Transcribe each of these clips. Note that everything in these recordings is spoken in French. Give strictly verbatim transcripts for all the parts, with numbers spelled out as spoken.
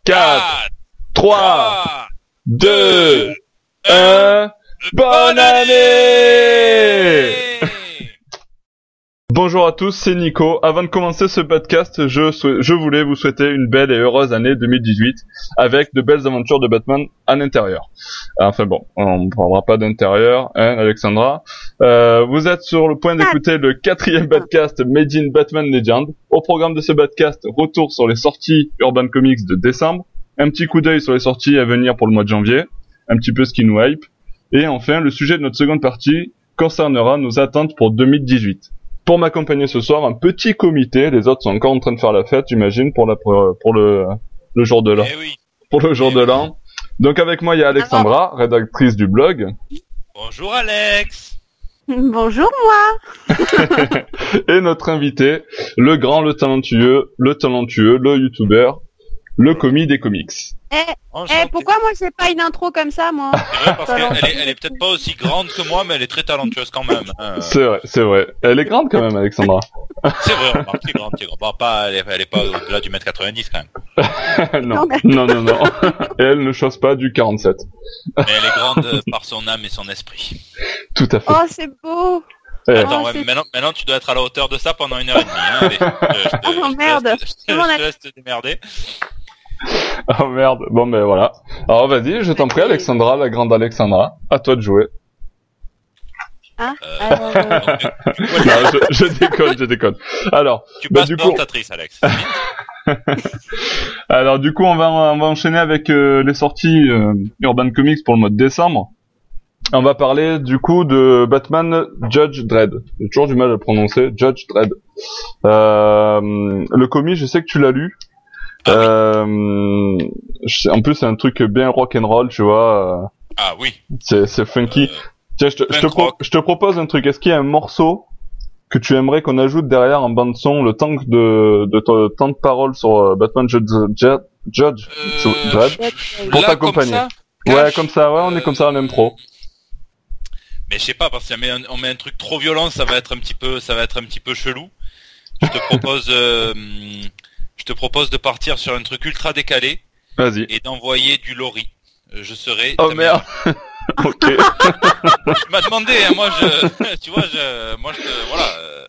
quatre, trois, deux, un, bonne année! Bonjour à tous, c'est Nico. Avant de commencer ce podcast, je, sou- je voulais vous souhaiter une belle et heureuse année deux mille dix-huit avec de belles aventures de Batman à l'intérieur. Enfin bon, on ne parlera pas d'intérieur, hein, Alexandra. Euh, vous êtes sur le point d'écouter le quatrième podcast Made in Batman Legend. Au programme de ce podcast, retour sur les sorties Urban Comics de décembre, un petit coup d'œil sur les sorties à venir pour le mois de janvier, un petit peu ce qui nous hype, et enfin le sujet de notre seconde partie concernera nos attentes pour deux mille dix-huit. Pour m'accompagner ce soir, un petit comité. Les autres sont encore en train de faire la fête, j'imagine, pour la pour le le jour de l'an. Eh oui. Pour le jour Eh de oui. l'an. Donc avec moi, il y a Alexandra, rédactrice du blog, Bonjour Alex. Bonjour moi. et notre invité, le grand, le talentueux, le talentueux, le youtubeur, le commis des comics. Eh, Enchanté. eh, pourquoi moi j'ai pas une intro comme ça moi? C'est vrai parce qu'elle est, elle est peut-être pas aussi grande que moi, mais elle est très talentueuse quand même. hein. C'est vrai, c'est vrai. Elle est grande quand même, Alexandra. C'est vrai, remarque, c'est grande, c'est grande. Bon, pas, elle est, elle est pas au-delà du mètre quatre-vingt-dix quand même. non, Non, mais- non, non, non. Et elle ne chose pas du quarante-sept. Mais elle est grande euh, par son âme et son esprit. Tout à fait. Oh c'est beau. Eh, Attends, Oh, ouais, c'est- maintenant, maintenant tu dois être à la hauteur de ça pendant une heure et demie. Hein. Allez, je, je te- Oh, je te merde. laisse- Je te, Comment on a- je te laisse te démerder. Oh merde. Bon ben voilà. Alors vas-y, je t'en prie, Alexandra, la grande Alexandra. À toi de jouer. Hein Euh, Alors, euh, donc, du coup, Non, je, je déconne, je déconne. Alors, tu bah, passes du coup- présentatrice, Alex. alors du coup, on va on va enchaîner avec euh, les sorties euh, Urban Comics pour le mois de décembre. On va parler du coup de Batman Judge Dredd. J'ai toujours du mal à le prononcer, Judge Dredd. Euh, le comic, je sais que tu l'as lu. Ah oui. Euh, je sais- en plus, c'est un truc bien rock'n'roll, tu vois. euh, Ah oui. C'est c'est funky. Euh, Tiens, je te, je, te punk pro- rock. je te propose un truc. Est-ce qu'il y a un morceau que tu aimerais qu'on ajoute derrière en bande son, le temps de de ton temps de parole sur euh, Batman Judge Judge, Judge Euh, Dredd pour là, t'accompagner. comme ça, Ouais, cash, comme ça. Ouais, on est comme ça en impro. Mais je sais pas, parce que si on met un, on met un truc trop violent, ça va être un petit peu, ça va être un petit peu chelou. Je te propose, euh, je te propose de partir sur un truc ultra décalé Vas-y. et d'envoyer du Lori. Euh, Je serai. Oh ta merde. Ok. Tu m'as demandé, hein, moi je, tu vois, je, moi je, te- voilà. euh,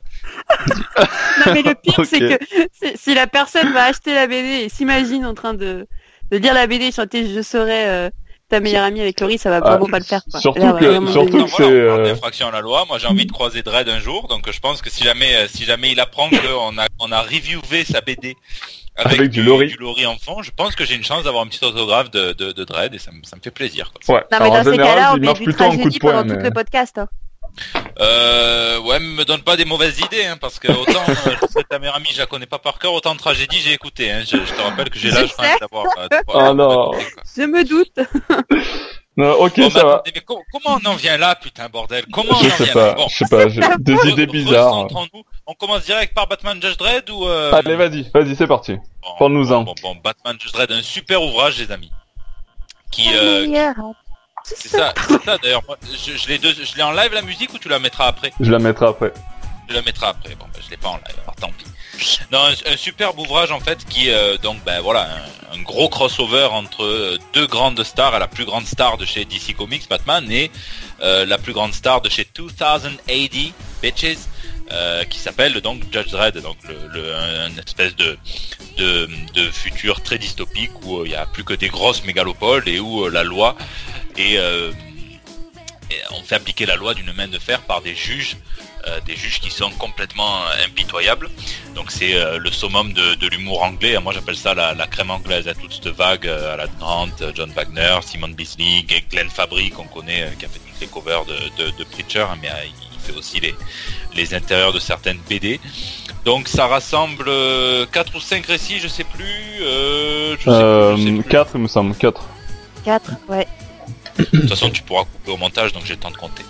non mais le pire Ok. c'est que c'est- si la personne va acheter la B D et s'imagine en train de, de lire la B D et chanter je serai euh, ta meilleure amie avec Laurie, ça va vraiment Ah, pas le faire. Quoi. surtout Là, que- vraiment, surtout non, que voilà, c'est, on parle euh, d'infraction à la loi. Moi j'ai envie de croiser Dredd un jour, donc je pense que si jamais, euh, si jamais il apprend qu'on a, on a reviewé sa B D avec, Avec du Lori. du Lori enfant, je pense que j'ai une chance d'avoir un petit autographe de, de, de Dredd et ça, me- ça me fait plaisir. Quoi. Ouais. Non mais Alors, en dans ces général, cas-là, on il met marche du plutôt en coup de tragédie poing. pendant tout mais- le podcast. Hein. Euh, ouais, mais me donne pas des mauvaises idées, hein, parce que autant euh, je sais ta meilleure amie, je la connais pas par cœur, autant de tragédie j'ai écouté. Hein. Je, je te rappelle que j'ai Je l'âge quand même sais. d'avoir. euh, d'avoir- Oh non. écouté, quoi. Je me doute. Non, ok, Bon, ça mais va. attendez, mais co- comment on en vient là, putain bordel? Comment on Je en sais vient pas. là? Bon, Je sais pas. J'ai des re- idées bizarres. recentrons-nous. On commence direct par Batman Judge Dredd ou euh... Allez, vas-y, vas-y, c'est parti. bon, parle-nous-en. Bon, bon, bon, Batman Judge Dredd, un super ouvrage, les amis. Qui, La euh, meilleure. c'est ça, c'est ça d'ailleurs. Moi, je, je l'ai deux- je l'ai en live la musique ou tu la mettras après? Je la mettrai après. Je la mettrai après. Bon, ben, je l'ai pas en live, alors tant pis. Non, un, un superbe ouvrage en fait qui, euh, donc, ben voilà, un, un gros crossover entre euh, deux grandes stars, la plus grande star de chez D C Comics, Batman, et euh, la plus grande star de chez deux mille A D, Bitches, euh, qui s'appelle donc Judge Dredd, donc le, le, un, une espèce de, de, de futur très dystopique où il euh, n'y a plus que des grosses mégalopoles et où euh, la loi est, euh, et on fait appliquer la loi d'une main de fer par des juges. Euh, des juges qui sont complètement euh, impitoyables. Donc c'est euh, le summum de, de l'humour anglais. Moi j'appelle ça la, la crème anglaise. Hein, toute cette vague euh, à la Grant, euh, John Wagner, Simon Bisley, Glenn Fabry qu'on connaît, euh, qui a fait toutes les covers de, de, de Preacher, hein, mais euh, il fait aussi les, les intérieurs de certaines B D. Donc ça rassemble euh, quatre ou cinq récits, je sais plus. Euh, je sais Euh, plus, je sais plus. quatre, il me semble, quatre. quatre, ouais. De toute façon tu pourras couper au montage, donc j'ai le temps de compter.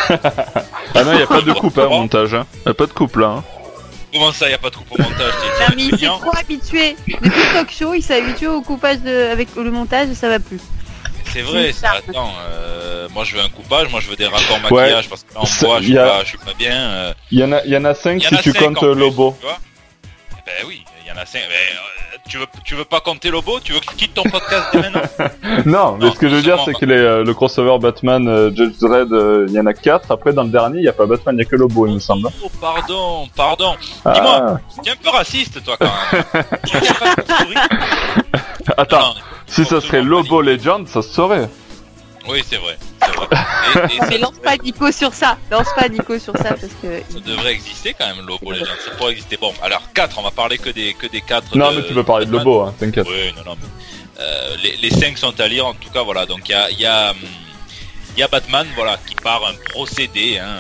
Ah non, y a pas de coupe, hein, au montage, hein. Y a pas de coupe, là, hein. Comment ça, y a pas de coupe au montage? t'es- Non, t'es mais il s'est client. trop habitué. Depuis le talk show, il s'est habitué au coupage de... avec le montage et ça va plus. C'est vrai, C'est ça, ça. attends, euh, moi je veux un coupage, moi je veux des raccords maquillage parce que là en Ça, bois je y suis, a- pas, je suis pas bien. euh. Y en a, y en a cinq Il y en si a tu cinq, comptes en euh, plus, Lobo. tu vois. Ben oui, il y en a cinq. Mais, euh, tu veux, tu veux pas compter Lobo? Tu veux que je quitte ton podcast dès maintenant? Non, mais Non, ce que je veux dire, c'est pas. que les, euh, le crossover Batman euh, Judge Dredd, euh, il y en a quatre. Après, dans le dernier, il y a pas Batman, il y a que Lobo, il me semble. Oh, pardon, pardon. Dis-moi, Ah. t'es un peu raciste, toi, quand même. Tu viens pas de sourire. Attends, Non, non, si ça serait Lobo Legend, ça se saurait. oui, c'est vrai, c'est vrai. Et, et ça, Mais lance pas Nico sur ça. Lance pas Nico sur ça parce que. ça devrait exister quand même, Lobo Legends. Ça pourrait exister. Bon, alors quatre, on va parler que des que des quatre. Non, de- mais tu peux parler de Batman. Lobo, hein, t'inquiète. Oui, non, non. Mais, euh, les, les cinq sont à lire, en tout cas, voilà. Donc il y a, il y a, hum, il y a Batman, voilà, qui part un procédé, hein,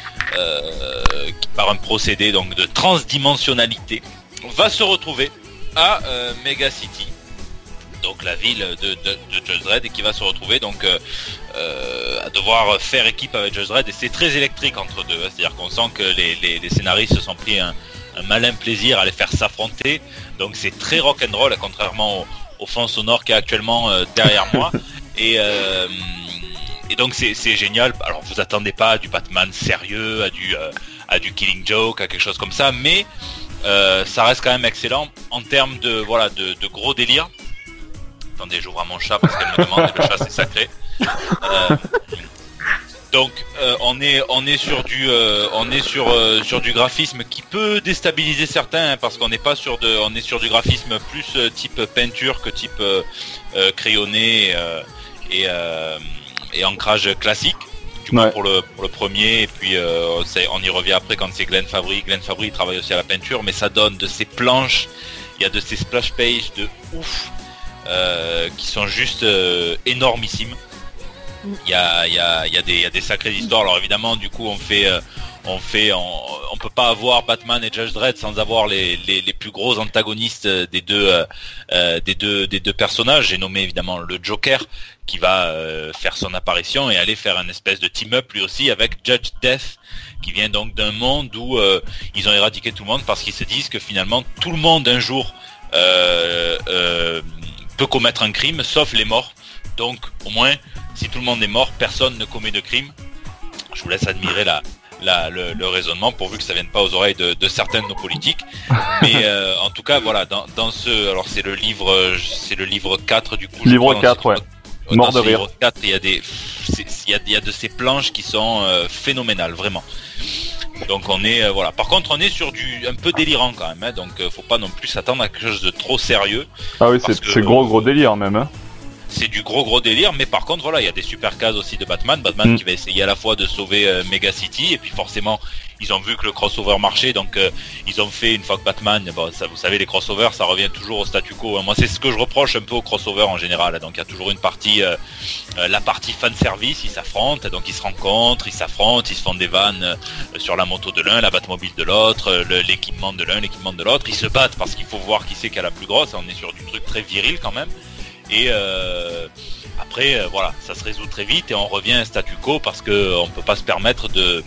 euh, qui part un procédé donc de transdimensionnalité, va se retrouver à euh, Mega City, donc la ville de, de, de Judge Dredd, et qui va se retrouver donc euh, euh, à devoir faire équipe avec Judge Dredd, et c'est très électrique entre deux, hein. C'est-à-dire qu'on sent que les, les, les scénaristes se sont pris un, un malin plaisir à les faire s'affronter, donc c'est très rock'n'roll, contrairement au, au fond sonore qui est actuellement euh, derrière moi, et, euh, et donc c'est, c'est génial. Alors vous attendez pas à du Batman sérieux, à du, euh, à du Killing Joke, à quelque chose comme ça, mais euh, ça reste quand même excellent en termes de, voilà, de, de gros délire. Attendez, j'ouvre à mon chat parce qu'elle me demande, et le chat c'est sacré. Euh, donc euh, on est on est sur du euh, on est sur euh, sur du graphisme qui peut déstabiliser certains, hein, parce qu'on n'est pas sur de on est sur du graphisme plus euh, type peinture que type euh, euh, crayonné euh, et euh, et ancrage classique. Du moins Ouais. pour le pour le premier, et puis euh, c'est, on y revient après quand c'est Glenn Fabry. Glenn Fabry travaille aussi à la peinture, mais ça donne de ces planches, il y a de ces splash pages de ouf. Euh, qui sont juste euh, énormissimes. Il y a, il y, a, il y, a des, il y a des sacrées histoires. Alors évidemment, du coup, on fait, euh, on fait, on, on peut pas avoir Batman et Judge Dredd sans avoir les, les, les plus gros antagonistes des deux, euh, des deux, des deux personnages. J'ai nommé évidemment le Joker qui va euh, faire son apparition et aller faire une espèce de team-up lui aussi avec Judge Death, qui vient donc d'un monde où euh, ils ont éradiqué tout le monde parce qu'ils se disent que finalement tout le monde un jour euh, euh, peut commettre un crime, sauf les morts. Donc, au moins, si tout le monde est mort, personne ne commet de crime. Je vous laisse admirer la, la, le, le raisonnement, pourvu que ça vienne pas aux oreilles de, de certains de nos politiques. Mais euh, en tout cas, voilà, dans, dans ce, alors c'est le livre, c'est le livre quatre du coup. je Livre crois, dans quatre, ce ouais. livre- Mort dans de ce rire. livre quatre, il y a des, c'est- il y a, il y a de ces planches qui sont euh, phénoménales, vraiment. Donc on est, euh, voilà. Par contre, on est sur du un peu délirant quand même, hein, donc euh, faut pas non plus s'attendre à quelque chose de trop sérieux. Ah oui, Parce c'est que- c'est gros gros délire même. Hein. C'est du gros gros délire, mais par contre voilà, il y a des super cases aussi de Batman. Batman Mm. qui va essayer à la fois de sauver euh, Mega City, et puis forcément ils ont vu que le crossover marchait, donc euh, ils ont fait, une fois que Batman, bon, ça, vous savez, les crossovers ça revient toujours au statu quo, hein. Moi c'est ce que je reproche un peu aux crossovers en général, hein. Donc il y a toujours une partie, euh, euh, la partie fan service, ils s'affrontent, donc ils se rencontrent, ils s'affrontent, ils se font des vannes euh, sur la moto de l'un, la Batmobile de l'autre, euh, le- l'équipement de l'un, l'équipement de l'autre, ils se battent parce qu'il faut voir qui c'est qui a la plus grosse, on est sur du truc très viril quand même. Et euh, après, euh, voilà, ça se résout très vite et on revient à un statu quo parce que euh, on peut pas se permettre de,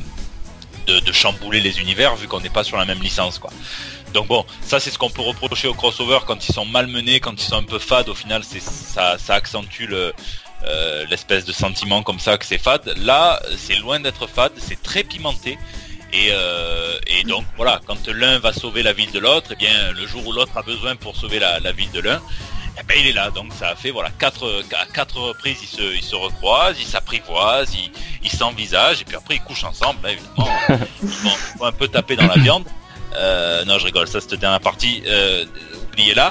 de, de chambouler les univers vu qu'on n'est pas sur la même licence, quoi. Donc bon, ça c'est ce qu'on peut reprocher aux crossovers quand ils sont mal menés, quand ils sont un peu fades. Au final, c'est ça, ça accentue le euh, l'espèce de sentiment comme ça que c'est fade. Là, c'est loin d'être fade, c'est très pimenté. Et, euh, et donc voilà, quand l'un va sauver la ville de l'autre, eh bien le jour où l'autre a besoin pour sauver la, la ville de l'un, eh ben, il est là. Donc ça a fait voilà quatre à quatre reprises ils se ils se recroisent, ils s'apprivoisent, ils ils s'envisagent, et puis après ils couchent ensemble. Là, évidemment, ils vont, ils vont un peu taper dans la viande. Euh, non, je rigole. Ça, cette dernière partie, euh, oubliez-la.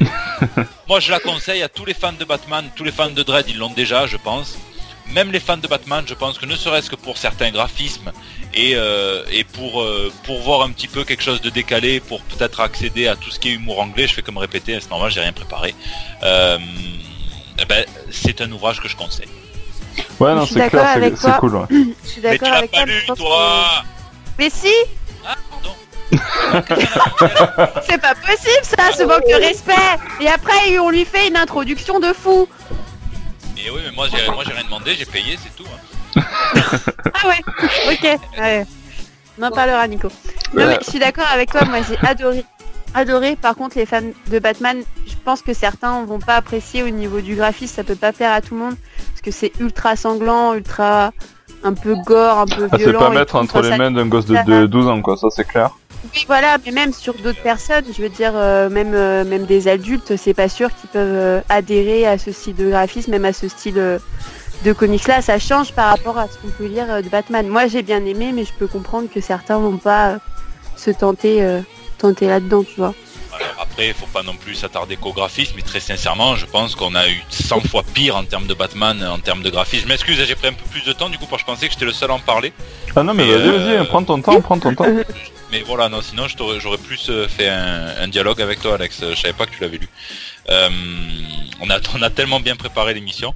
Moi, je la conseille à tous les fans de Batman, tous les fans de Dredd, ils l'ont déjà, je pense. Même les fans de Batman, je pense que ne serait-ce que pour certains graphismes et, euh, et pour, euh, pour voir un petit peu quelque chose de décalé, pour peut-être accéder à tout ce qui est humour anglais, je fais comme répéter, c'est normal, j'ai rien préparé. Euh, eh ben, c'est un ouvrage que je conseille. Ouais, non, Je suis c'est clair, d'accord c'est avec c'est toi. cool. Ouais. Je suis Mais d'accord tu l'as avec pas toi. mais lu, je pense toi que- Mais si, Ah, pardon. c'est pas possible ça, ce manque de respect. Et après, on lui fait une introduction de fou. Et oui, mais moi, j'ai, moi, j'ai rien demandé, j'ai payé, c'est tout. Hein. Ah ouais, ok. Ouais. On en parlera, Nico. Non, mais je suis d'accord avec toi. Moi, j'ai adoré. Adoré. Par contre, les fans de Batman, je pense que certains vont pas apprécier au niveau du graphisme. Ça peut pas plaire à tout le monde parce que c'est ultra sanglant, ultra un peu gore, un peu Ah, c'est violent. pas et mettre tout. entre Enfin, les ça- mains d'un gosse de, de douze ans, quoi, ça c'est clair. Oui, voilà, mais même sur d'autres personnes, je veux dire, euh, même euh, même des adultes, c'est pas sûr qu'ils peuvent euh, adhérer à ce style de graphisme, même à ce style euh, de comics là. Ça change par rapport à ce qu'on peut lire euh, de Batman. Moi, j'ai bien aimé, mais je peux comprendre que certains vont pas euh, se tenter euh, tenter là-dedans, tu vois. Alors après, il faut pas non plus s'attarder qu'au graphisme, mais très sincèrement, je pense qu'on a eu cent fois pire en termes de Batman, en termes de graphisme. Je m'excuse, j'ai pris un peu plus de temps, du coup, parce que je pensais que j'étais le seul à en parler. Ah non, mais, mais vas-y, euh... vas-y, prends ton temps, prends ton temps. Mais voilà, non, sinon j'aurais plus fait un, un dialogue avec toi, Alex. Je savais pas que tu l'avais lu. Euh, on a on a tellement bien préparé l'émission.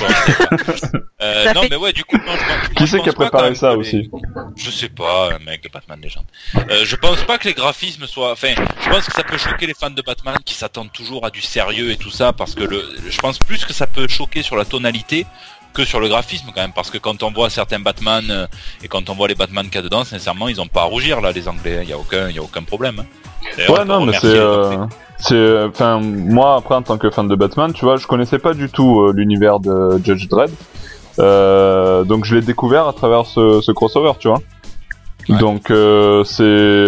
euh, non, mais ouais, du coup, non, je, qui c'est qui a préparé ça aussi les... Je sais pas, un mec de Batman Legend. Euh, je pense pas que les graphismes soient. Enfin, je pense que ça peut choquer les fans de Batman qui s'attendent toujours à du sérieux et tout ça, parce que le, je pense plus que ça peut choquer sur la tonalité que sur le graphisme quand même, parce que quand on voit certains Batman euh, et quand on voit les Batman qu'il y a dedans, sincèrement, ils ont pas à rougir là, les Anglais. Il y a aucun, il y a aucun problème. Hein. Ouais, non, mais c'est, euh, c'est, enfin, moi après en tant que fan de Batman, tu vois, je connaissais pas du tout euh, l'univers de Judge Dredd, euh, donc je l'ai découvert à travers ce, ce crossover, tu vois. Ouais. Donc euh, c'est,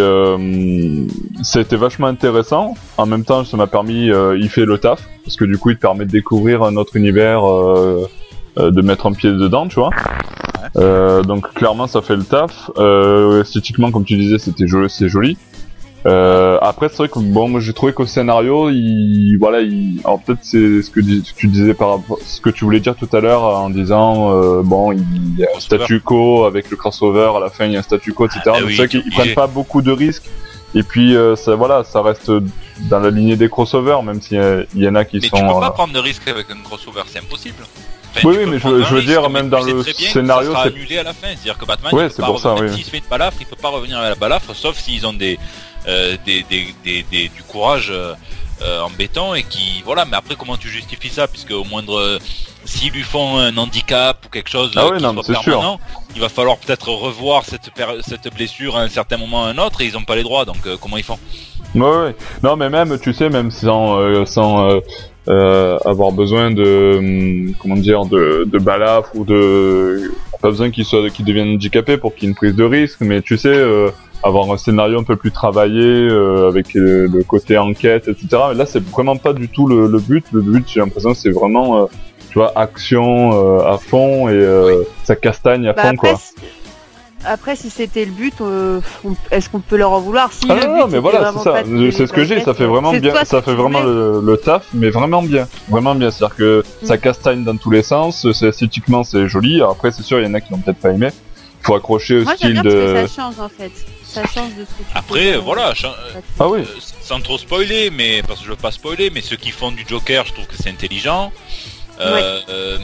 euh, c'était vachement intéressant. En même temps, ça m'a permis, euh, il fait le taf, parce que du coup, il te permet de découvrir un autre univers. Euh, de mettre un pied dedans, tu vois. Ouais. Euh, donc clairement ça fait le taf. Euh, esthétiquement, comme tu disais, c'était joli, c'est joli. Euh, après c'est vrai que bon, moi j'ai trouvé qu'au scénario, il, voilà, il, alors peut-être c'est ce que tu disais par rapport, ce que tu voulais dire tout à l'heure en disant, euh, bon, il y a un statu quo avec le crossover à la fin, il y a un statu quo, et cetera. Ah, donc oui, c'est vrai qu'ils prennent pas beaucoup de risques. Et puis euh, ça, voilà, ça reste dans la lignée des crossovers, même s'il y, y en a qui mais sont. Mais tu peux pas euh... prendre de risques avec un crossover, c'est impossible. Enfin, oui, oui, mais je, je veux dire, même dans le scénario, c'est annulé à la fin. C'est-à-dire que Batman, ouais, il peut c'est pas pour revenir, ça, même oui. s'il se fait une balafre, il peut pas revenir à la balafre, sauf s'ils ont des, euh, des, des, des, des, du courage euh, embêtant et qui, voilà. Mais après, comment tu justifies ça, puisque au moindre, euh, s'ils lui font un handicap ou quelque chose ah euh, oui, qui non, soit c'est permanent, sûr. il va falloir peut-être revoir cette, cette blessure à un certain moment ou à un autre, et ils ont pas les droits. Donc, euh, comment ils font? Ouais, ouais. Non, mais même, tu sais, même sans, euh, sans euh, euh, avoir besoin de, hum, comment dire, de, de balafre ou de, pas besoin qu'il soit, qu'il devienne handicapé pour qu'il y ait une prise de risque, mais tu sais, euh, avoir un scénario un peu plus travaillé euh, avec euh, le côté enquête, et cetera. Mais là, c'est vraiment pas du tout le, le but. Le but, j'ai l'impression, c'est vraiment, euh, tu vois, action euh, à fond et euh, oui. ça castagne à bah fond, après, quoi. Après, si c'était le but, euh, on... est-ce qu'on peut leur en vouloir? Si ah le non, but, non, mais voilà, c'est ça. C'est ce que j'ai. Ça fait vraiment bien. Ça fait vraiment le, le taf, mais vraiment bien, vraiment bien. C'est-à-dire que mm. ça castagne dans tous les sens. C'est esthétiquement, c'est joli. Alors après, c'est sûr, il y en a qui l'ont peut-être pas aimé. Il faut accrocher au Moi, style bien de. Parce que ça change en fait. Ça change de ce que tu Après, peux, voilà. Euh, cha... Ah oui. Euh, sans trop spoiler, mais parce que je veux pas spoiler, mais ceux qui font du Joker, je trouve que c'est intelligent. Euh, ouais. euh,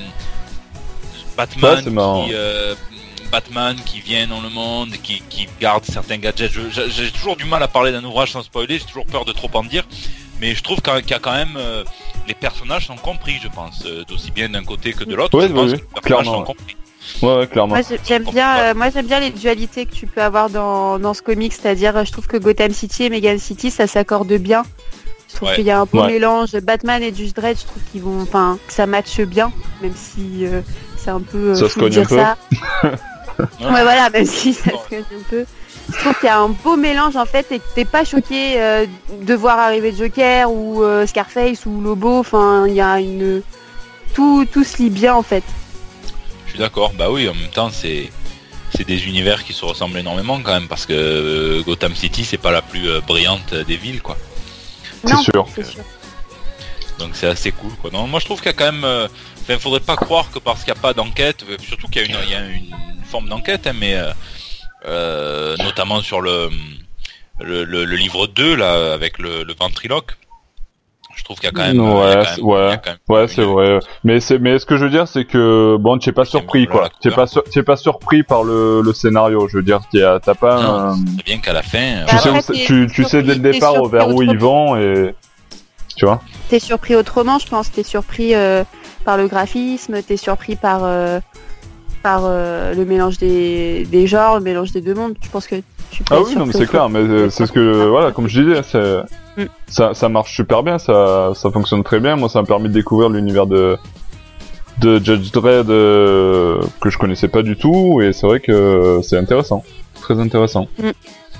Batman ouais, qui. Euh, Batman qui vient dans le monde, qui, qui garde certains gadgets. Je, j'ai toujours du mal à parler d'un ouvrage sans spoiler, j'ai toujours peur de trop en dire. Mais je trouve qu'il y a quand même... Euh, les personnages sont compris, je pense. Euh, d'aussi bien d'un côté que de l'autre. Ouais, je oui, pense oui, que les clairement. sont compris. Ouais, ouais, clairement. Moi j'aime bien, euh, moi j'aime bien les dualités que tu peux avoir dans, dans ce comic, c'est-à-dire je trouve que Gotham City et Megan City ça s'accorde bien. Je trouve ouais. qu'il y a un beau ouais. mélange. Batman et Judge Dredd, je trouve qu'ils vont, enfin, que ça matche bien, même si euh, c'est un peu. Euh, ça se cogne dire un peu. Ça. Ouais, voilà, même si ça se cogne un peu. Je trouve qu'il y a un beau mélange en fait et que t'es pas choqué euh, de voir arriver Joker ou euh, Scarface ou Lobo. Enfin, il y a une tout tout se lie bien en fait. Je suis d'accord. Bah oui, en même temps c'est c'est des univers qui se ressemblent énormément quand même parce que euh, Gotham City c'est pas la plus euh, brillante des villes quoi. C'est non, sûr. C'est sûr. Donc c'est assez cool quoi. Non, moi je trouve qu'il y a quand même. Euh, enfin, faudrait pas croire que parce qu'il n'y a pas d'enquête, surtout qu'il y a une, il y a une forme d'enquête, hein, mais euh, euh, notamment sur le le, le le livre deux là avec le, le ventriloque. Je trouve qu'il y a quand même. Ouais, quand même, ouais, quand même ouais, une... c'est vrai. Mais c'est, mais ce que je veux dire, c'est que bon, tu es pas surpris quoi. Tu es pas, sur... pas surpris par le, le scénario. Je veux dire, t'as, t'as pas. Non, un... c'est bien qu'à la fin. Tu, Après, sais, tu, tu sais dès le départ vers où ils vont et tu vois. T'es surpris autrement, je pense. T'es surpris euh, par le graphisme. T'es surpris par euh, par euh, le mélange des des genres, le mélange des deux mondes. Je pense que tu peux. Ah oui, non, mais c'est clair. Mais c'est ce que voilà, comme je disais, c'est. Mm. Ça, ça marche super bien, ça, ça fonctionne très bien. Moi, ça m'a permis de découvrir l'univers de, de Judge Dredd euh, que je connaissais pas du tout, et c'est vrai que c'est intéressant, très intéressant. Mm.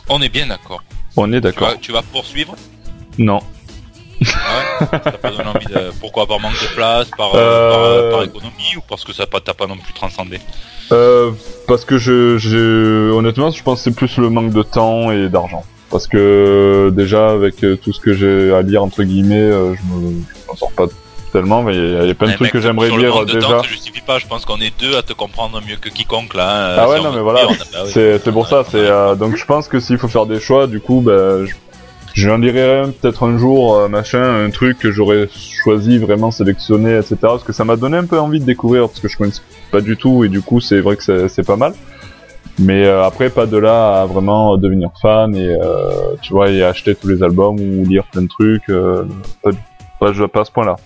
On est bien d'accord. On est Tu d'accord. vas, tu vas poursuivre? Non. Ouais. Ça t'a pas donné envie de... Pourquoi? Par manque de place, par, Euh... par, euh, par économie, ou parce que ça t'a pas non plus transcendé? Euh, parce que je, je, honnêtement, je pense que c'est plus le manque de temps et d'argent. Parce que déjà, avec tout ce que j'ai à lire, entre guillemets, euh, je me, je m'en sors pas tellement, mais il y, a- y a plein de Eh, trucs mec, que j'aimerais sur lire le manque de déjà. temps, ça justifie pas. Je pense qu'on est deux à te comprendre mieux que quiconque là. hein. Ah ouais, Si non, on mais veut voilà, dire, on a- bah oui. c'est, c'est pour On ça, a- c'est, on a- euh, donc je pense que s'il faut faire des choix, du coup, bah, je, je en dirai un, peut-être un jour, euh, machin, un truc que j'aurais choisi, vraiment sélectionné, et cetera. Parce que ça m'a donné un peu envie de découvrir, parce que je connaissais pas du tout, et du coup, c'est vrai que c'est, c'est pas mal. Mais euh, après, pas de là à vraiment devenir fan, et euh, tu vois, et acheter tous les albums, ou lire plein de trucs, euh, pas, pas, pas à ce point-là.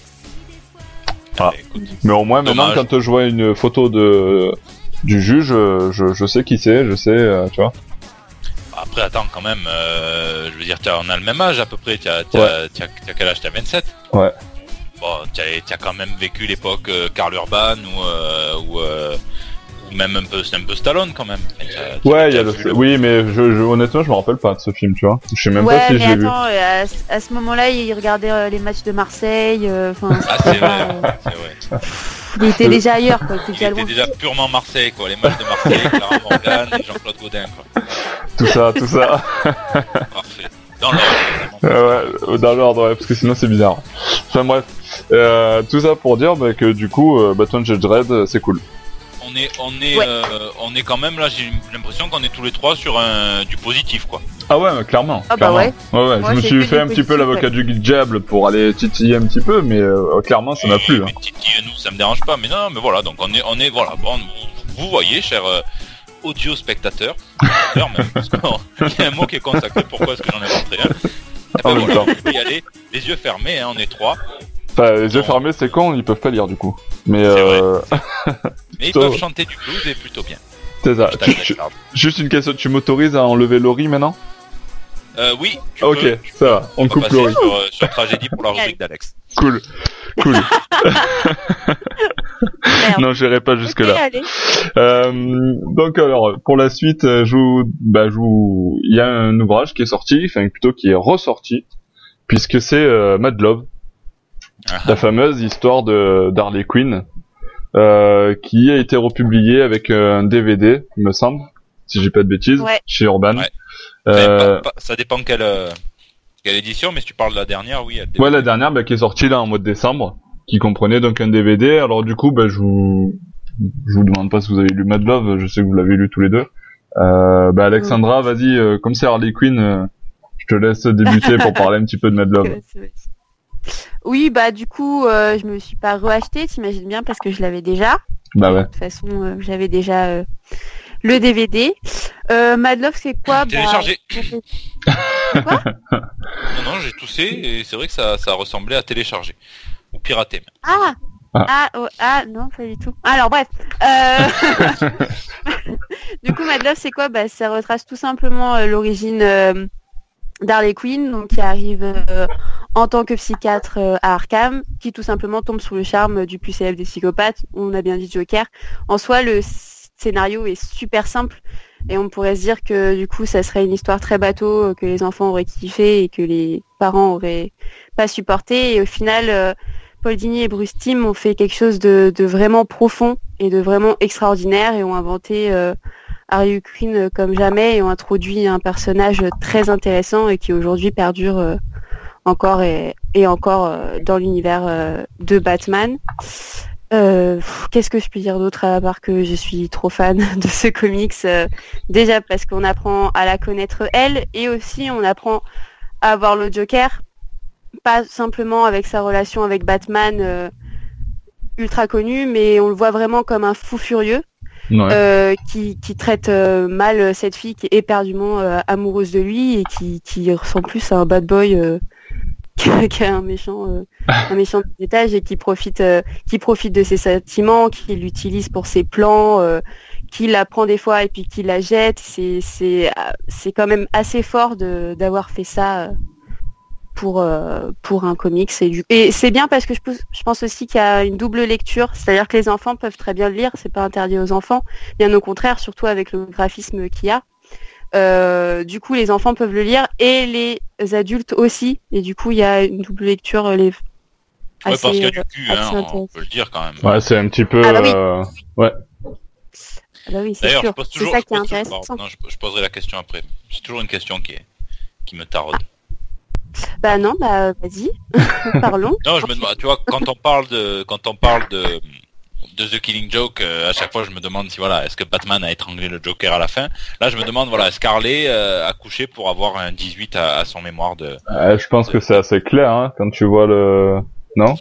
Ah. Eh, écoute, Mais au moins, maintenant, Dommage. quand je vois une photo de du juge, euh, je, je sais qui c'est, je sais, euh, tu vois. Après, attends, quand même, euh, je veux dire, t'as- on a le même âge à peu près. T'as, t'as, Ouais. t'as, t'as quel âge? T'as vingt-sept? Ouais. Bon, t'as, t'as quand même vécu l'époque euh, Karl Urban ou, euh, ou, euh, ou même un peu, c'est un peu Stallone quand même. Enfin, t'as- t'as- Ouais, il y t'as a le... vu le- Oui, mais je, je, honnêtement, je me rappelle pas de ce film, tu vois. Je sais même ouais, pas si mais je l'ai vu. attends, euh, à, ce- à ce moment-là, il regardait euh, les matchs de Marseille. euh, Enfin, Ah, c'est vrai, c'est vrai. il était déjà ailleurs, quoi. Il était Il déjà était loin. déjà purement Marseille, quoi. Les matchs de Marseille, Clara Morgan et Jean-Claude Gaudin, quoi. Tout ça, tout ça. Parfait. Dans l'ordre, évidemment. Euh, ouais, dans l'ordre, ouais, parce que sinon c'est bizarre. Enfin bref. Euh, tout ça pour dire bah, que du coup, euh, Batman Judge Dredd, euh, c'est cool. On est, on est, Ouais. euh, on est quand même là. J'ai l'impression qu'on est tous les trois sur un du positif, quoi. Ah ouais, mais clairement. Ah bah clairement. ouais. Ouais, ouais, Moi, je me j'ai suis que fait du un petit peu positif, l'avocat du diable pour aller titiller un petit peu, mais euh, clairement ça m'a plu. Hein. Mais Titi, nous, ça me dérange pas. Mais non, mais voilà. Donc on est, on est, voilà. Bon, vous voyez, cher euh, audio spectateur, spectateur même, parce qu'il y a un mot qui est consacré. Pourquoi est-ce que j'en ai rentré un Eh ben En même voilà, temps. on peut y aller, les yeux fermés. Hein, on est trois. Enfin, les yeux Non. fermés, c'est con, ils peuvent pas lire du coup. Mais C'est euh... Mais ils Plutôt. peuvent chanter du blues et plutôt bien. c'est ça. Je Tu- t'agrée, tu- Charles. Juste une question, tu m'autorises à enlever Laurie maintenant? Euh, oui. Tu Ok, peux, ça va, on on peut coupe passer Laurie. sur, euh, sur tragédie pour la rubrique d'Alex. Cool, cool. Merde. Non, j'irai pas jusque Ok, là. allez. Euh, donc alors pour la suite, euh, je vous, bah, je vous, il y a un ouvrage qui est sorti, enfin plutôt qui est ressorti, puisque c'est euh, Mad Love, Ah, la fameuse histoire de d'Harley Quinn, euh, qui a été republiée avec euh, un D V D, il me semble, si j'ai pas de bêtises, Ouais. chez Urban. Ouais. Euh, mais pas- pas- ça dépend quelle, euh, quelle édition, mais si tu parles de la dernière, oui. elle ouais, la dernière bah, qui est sortie là en mois de décembre, qui comprenait donc un D V D. Alors du coup, bah, je vous, je vous demande pas si vous avez lu Mad Love, je sais que vous l'avez lu tous les deux. Euh, bah Alexandra, vas-y, euh, comme c'est Harley Quinn, euh, je te laisse débuter pour parler un petit peu de Mad Love. Euh, c'est vrai. Oui, bah du coup, euh, je me suis pas reacheté, t'imagines bien, parce que je l'avais déjà. Bah ouais. De toute façon, euh, j'avais déjà euh, le D V D. Euh, Mad Love, c'est quoi? Téléchargé. Bah, Non, non, j'ai toussé et c'est vrai que ça, ça ressemblait à télécharger. Ou pirater même. ah Ah. ah, oh, ah non, pas du tout. Alors bref. Euh... du coup, Mad Love, c'est quoi? Bah, ça retrace tout simplement euh, l'origine euh, d'Harley Quinn, donc qui arrive euh, en tant que psychiatre euh, à Arkham, qui tout simplement tombe sous le charme du plus célèbre des psychopathes. On a bien dit Joker. En soi, le scénario est super simple et on pourrait se dire que du coup, ça serait une histoire très bateau euh, que les enfants auraient kiffé et que les parents auraient pas supporté. Et au final, euh, Paul Dini et Bruce Timm ont fait quelque chose de, de vraiment profond et de vraiment extraordinaire et ont inventé euh, Harley Quinn comme jamais et ont introduit un personnage très intéressant et qui aujourd'hui perdure euh, encore et, et encore euh, dans l'univers euh, de Batman. Euh, pff, qu'est-ce que je peux dire d'autre à part que je suis trop fan de ce comics euh, déjà parce qu'on apprend à la connaître elle et aussi on apprend à voir le Joker pas simplement avec sa relation avec Batman euh, ultra connu mais on le voit vraiment comme un fou furieux Ouais. euh, qui, qui traite euh, mal cette fille qui est éperdument euh, amoureuse de lui et qui, qui ressemble plus à un bad boy euh, qu'à un méchant euh, un méchant des étages et qui profite euh, qui profite de ses sentiments, qui l'utilise pour ses plans, euh, qui la prend des fois et puis qui la jette. C'est c'est c'est quand même assez fort de d'avoir fait ça euh, pour euh, pour un comics et du et c'est bien parce que je, je pense aussi qu'il y a une double lecture, c'est-à-dire que les enfants peuvent très bien le lire, c'est pas interdit aux enfants, bien au contraire, surtout avec le graphisme qu'il y a. euh, du coup les enfants peuvent le lire et les adultes aussi. Et du coup il y a une double lecture. Les... Ouais, assez, parce qu'il y a du cul, hein, on peut le dire quand même. Ouais, c'est un petit peu... Ah bah oui. euh... Ouais. Ah bah oui, c'est D'ailleurs, sûr. je pose C'est toujours, ça je qui est pose toujours- intéressant. non, je, je poserai la question après. C'est toujours une question qui est, qui me taraude. Bah non, bah vas-y, parlons. Non, je me demande, tu vois, quand on parle de, quand on parle de, de The Killing Joke, euh, à chaque fois je me demande si voilà, est-ce que Batman a étranglé le Joker à la fin. Là, je me demande, voilà, est-ce qu'Harley euh, a couché pour avoir un dix-huit à, à son mémoire de. Euh, je pense que c'est assez clair, hein, quand tu vois le... Non?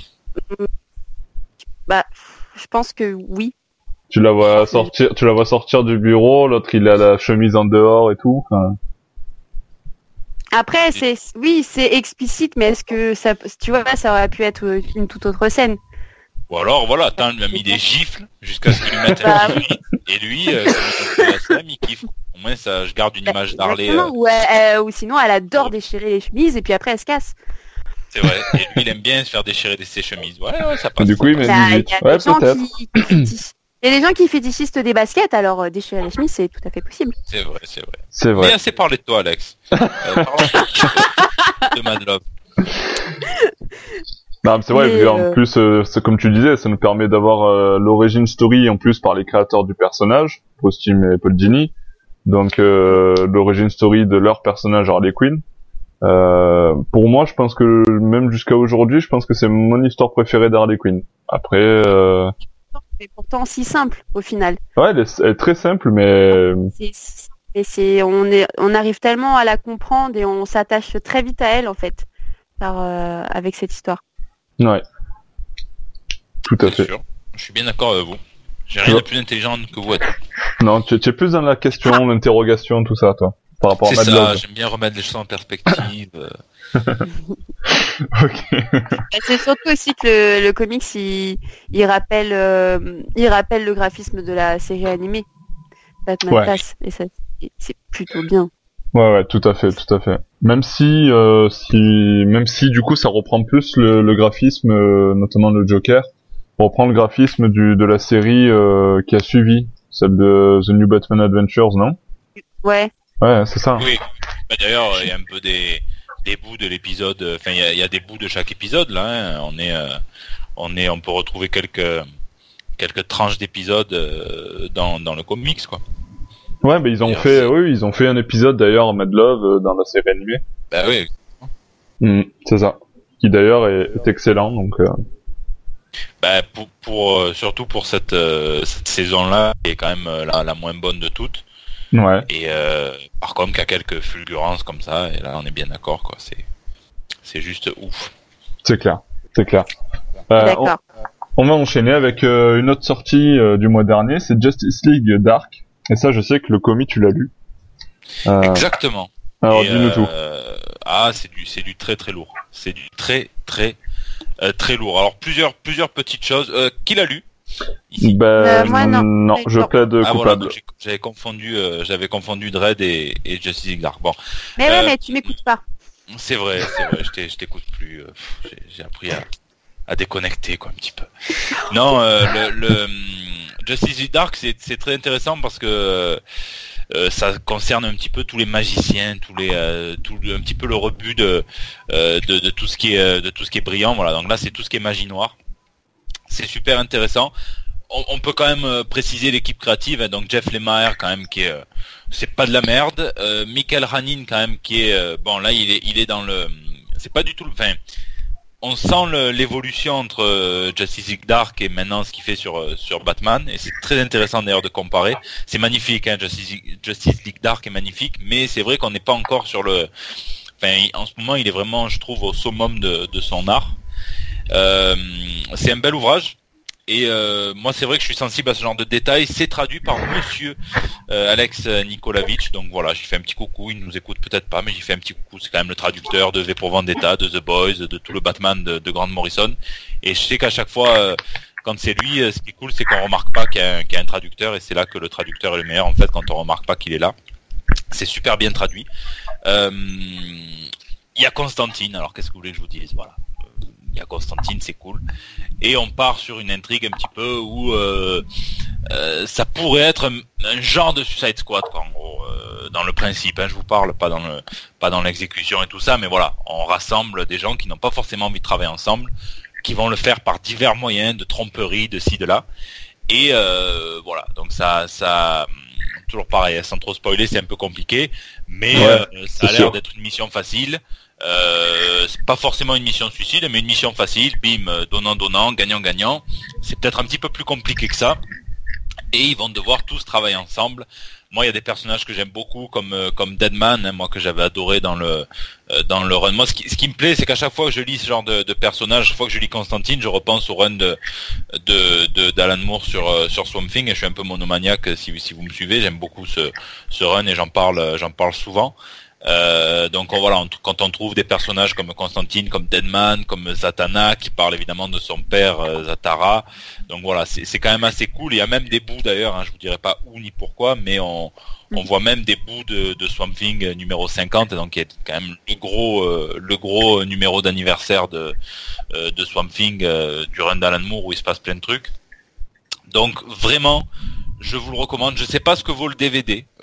Bah, je pense que oui. Tu la vois sortir, tu la vois sortir du bureau, l'autre il a la chemise en dehors et tout. Enfin... Après, c'est oui, c'est explicite, mais est-ce que ça, tu vois, ça aurait pu être une toute autre scène. Ou alors, voilà, attends, il lui a mis des gifles jusqu'à ce qu'il lui mette Bah un dix-huit. Et lui, euh, comme il fait la il kiffe. Au moins, ça, je garde une image d'Harley. Exactement. Euh, Ou, elle- euh, ou sinon, elle adore déchirer les chemises et puis après, elle se casse. c'est vrai. Et lui, il aime bien se faire déchirer des- ses chemises. Ouais, ouais, ça passe. Du coup, il met Bah, il y a dix-huit. des Ouais, gens peut-être. qui, qui fétichent- il y a des gens qui fétichistent des baskets, alors euh, déchirer les chemises, c'est tout à fait possible. C'est vrai, c'est vrai. C'est Mais vrai. assez parlé de toi, Alex. Euh, parlons un petit peu de Mad Love. Non, mais c'est vrai, Mais, vu en euh, plus, euh, c'est comme tu disais, ça nous permet d'avoir euh, l'origin story en plus par les créateurs du personnage, Postim et Paul Dini. Donc euh, l'origin story de leur personnage Harley Quinn. Euh, pour moi, je pense que même jusqu'à aujourd'hui, je pense que c'est mon histoire préférée d'Harley Quinn. Après, euh... Mais pourtant si simple au final. ouais, elle est, elle est très simple, mais C'est- Et c'est, on est, on arrive tellement à la comprendre et on s'attache très vite à elle en fait, par, euh, avec cette histoire. ouais, tout à C'est fait. sûr. Je suis bien d'accord avec vous. J'ai rien de plus intelligent que vous. Non, tu, tu es plus dans la question, l'interrogation, tout ça, toi, par rapport C'est à Mad ça, Love. j'aime bien remettre les choses en perspective. euh. Ok. Bah, c'est surtout aussi que le, le comics il, il rappelle, euh, il rappelle le graphisme de la série animée Batman Ouais. Pass et ça c'est- c'est plutôt bien. Ouais, ouais, tout à fait, tout à fait. Même si, euh, si, même si du coup ça reprend plus le, le graphisme, euh, notamment le Joker, reprend le graphisme du de la série euh, qui a suivi, celle de The New Batman Adventures, non? Ouais. Ouais, c'est ça. Oui. Bah, d'ailleurs, il y a un peu des, des bouts de l'épisode. Enfin, il y a, il y a des bouts de chaque épisode là. Hein. On est, euh, on est, on peut retrouver quelques quelques tranches d'épisodes euh, dans dans le comics quoi. Ouais, mais ils ont D'ailleurs, fait, c'est- oui, ils ont fait un épisode d'ailleurs Mad Love euh, dans la série animée. Bah oui. Mm, c'est ça. Qui d'ailleurs est, est excellent, donc. Euh... Bah pour, pour euh, surtout pour cette, euh, cette saison-là, qui est quand même euh, la, la moins bonne de toutes. Ouais. Et euh, par contre, qu'il y a quelques fulgurances comme ça, et là on est bien d'accord quoi. C'est c'est juste ouf. C'est clair, c'est clair. Euh, D'accord. on, on va enchaîner avec euh, une autre sortie euh, du mois dernier, c'est Justice League Dark. Et ça, je sais que le comic, tu l'as lu. Euh, Exactement. alors, Et, dis-nous tout. euh, Ah, c'est du, c'est du très très lourd. C'est du très très euh, très lourd. Alors plusieurs plusieurs petites choses. Euh, qui l'a lu ici? Ben, Euh, moi, non. non, je Non. plaide Ah voilà, coupable. donc j'ai- j'avais confondu, euh, j'avais confondu Dredd et, et Justice League Dark. Bon, Mais Euh, ouais, mais tu m'écoutes pas. c'est vrai, c'est vrai. Je t'ai- je t'écoute plus. euh, pff, j'ai- J'ai appris à, à déconnecter quoi un petit peu. Non, euh, le, le hum, Justice League Dark, c'est c'est très intéressant parce que euh, ça concerne un petit peu tous les magiciens, tous les, euh, tout le- un petit peu le rebut de, euh, de de tout ce qui est euh, de tout ce qui est brillant. Voilà. Donc là, c'est tout ce qui est magie noire. C'est super intéressant. On, on peut quand même euh, préciser l'équipe créative. Hein, donc Jeff Lemire quand même qui est, euh, c'est pas de la merde. Euh, Michael Hanin quand même qui est, euh, bon là il est, il est dans le, c'est pas du tout. le- Enfin, on sent le- l'évolution entre euh, Justice League Dark et maintenant ce qu'il fait sur euh, sur Batman. Et c'est très intéressant d'ailleurs de comparer. C'est magnifique. Hein, Justice, League- Justice League Dark est magnifique, mais c'est vrai qu'on n'est pas encore sur le. Enfin, il- en ce moment, il est vraiment, je trouve, au summum de, de son art. Euh, c'est un bel ouvrage. Et euh, moi, c'est vrai que je suis sensible à ce genre de détails. C'est traduit par Monsieur euh, Alex Nikolavitch. Donc voilà, j'y fais un petit coucou. Il nous écoute peut-être pas, mais j'y fais un petit coucou. C'est quand même le traducteur de V pour Vendetta, de The Boys, de tout le Batman de, de Grant Morrison. Et je sais qu'à chaque fois, euh, quand c'est lui, euh, ce qui est cool, c'est qu'on remarque pas qu'il y a un, qu'il y a un traducteur. Et c'est là que le traducteur est le meilleur. En fait, quand on remarque pas qu'il est là, c'est super bien traduit. Euh, Il y a Constantine. Alors qu'est-ce que vous voulez que je vous dise? Voilà. Il y a Constantine, c'est cool. Et on part sur une intrigue un petit peu où euh, euh, ça pourrait être un, un genre de Suicide Squad, quoi, en gros. Euh, dans le principe, hein, je vous parle, pas dans le, pas dans l'exécution et tout ça, mais voilà, on rassemble des gens qui n'ont pas forcément envie de travailler ensemble, qui vont le faire par divers moyens, de tromperie, de ci, de là, et euh, voilà, donc ça, ça, toujours pareil, sans trop spoiler, c'est un peu compliqué, mais ouais, euh, ça a l'air sûr. d'être une mission facile. Euh, c'est pas forcément une mission suicide, mais une mission facile, bim, donnant, donnant, gagnant, gagnant. C'est peut-être un petit peu plus compliqué que ça. Et ils vont devoir tous travailler ensemble. Moi, il y a des personnages que j'aime beaucoup, comme comme Deadman, hein, moi que j'avais adoré dans le euh, dans le run. Moi, ce qui, ce qui me plaît, c'est qu'à chaque fois que je lis ce genre de, de personnage, chaque fois que je lis Constantine, je repense au run de de, de d'Alan Moore sur euh, sur Swamp Thing. Et je suis un peu monomaniaque, si si vous me suivez. J'aime beaucoup ce ce run et j'en parle j'en parle souvent. Euh, donc on, voilà, on, quand on trouve des personnages comme Constantine, comme Deadman, comme Zatanna, qui parle évidemment de son père euh, Zatara, donc voilà, c'est, c'est quand même assez cool. Il y a même des bouts d'ailleurs, hein, je vous dirai pas où ni pourquoi, mais on, on voit même des bouts de, de Swamp Thing euh, numéro cinquante, donc il y a quand même le gros, euh, le gros numéro d'anniversaire de, euh, de Swamp Thing euh, du run d'Alan Moore où il se passe plein de trucs. Donc vraiment, je vous le recommande. Je sais pas ce que vaut le D V D.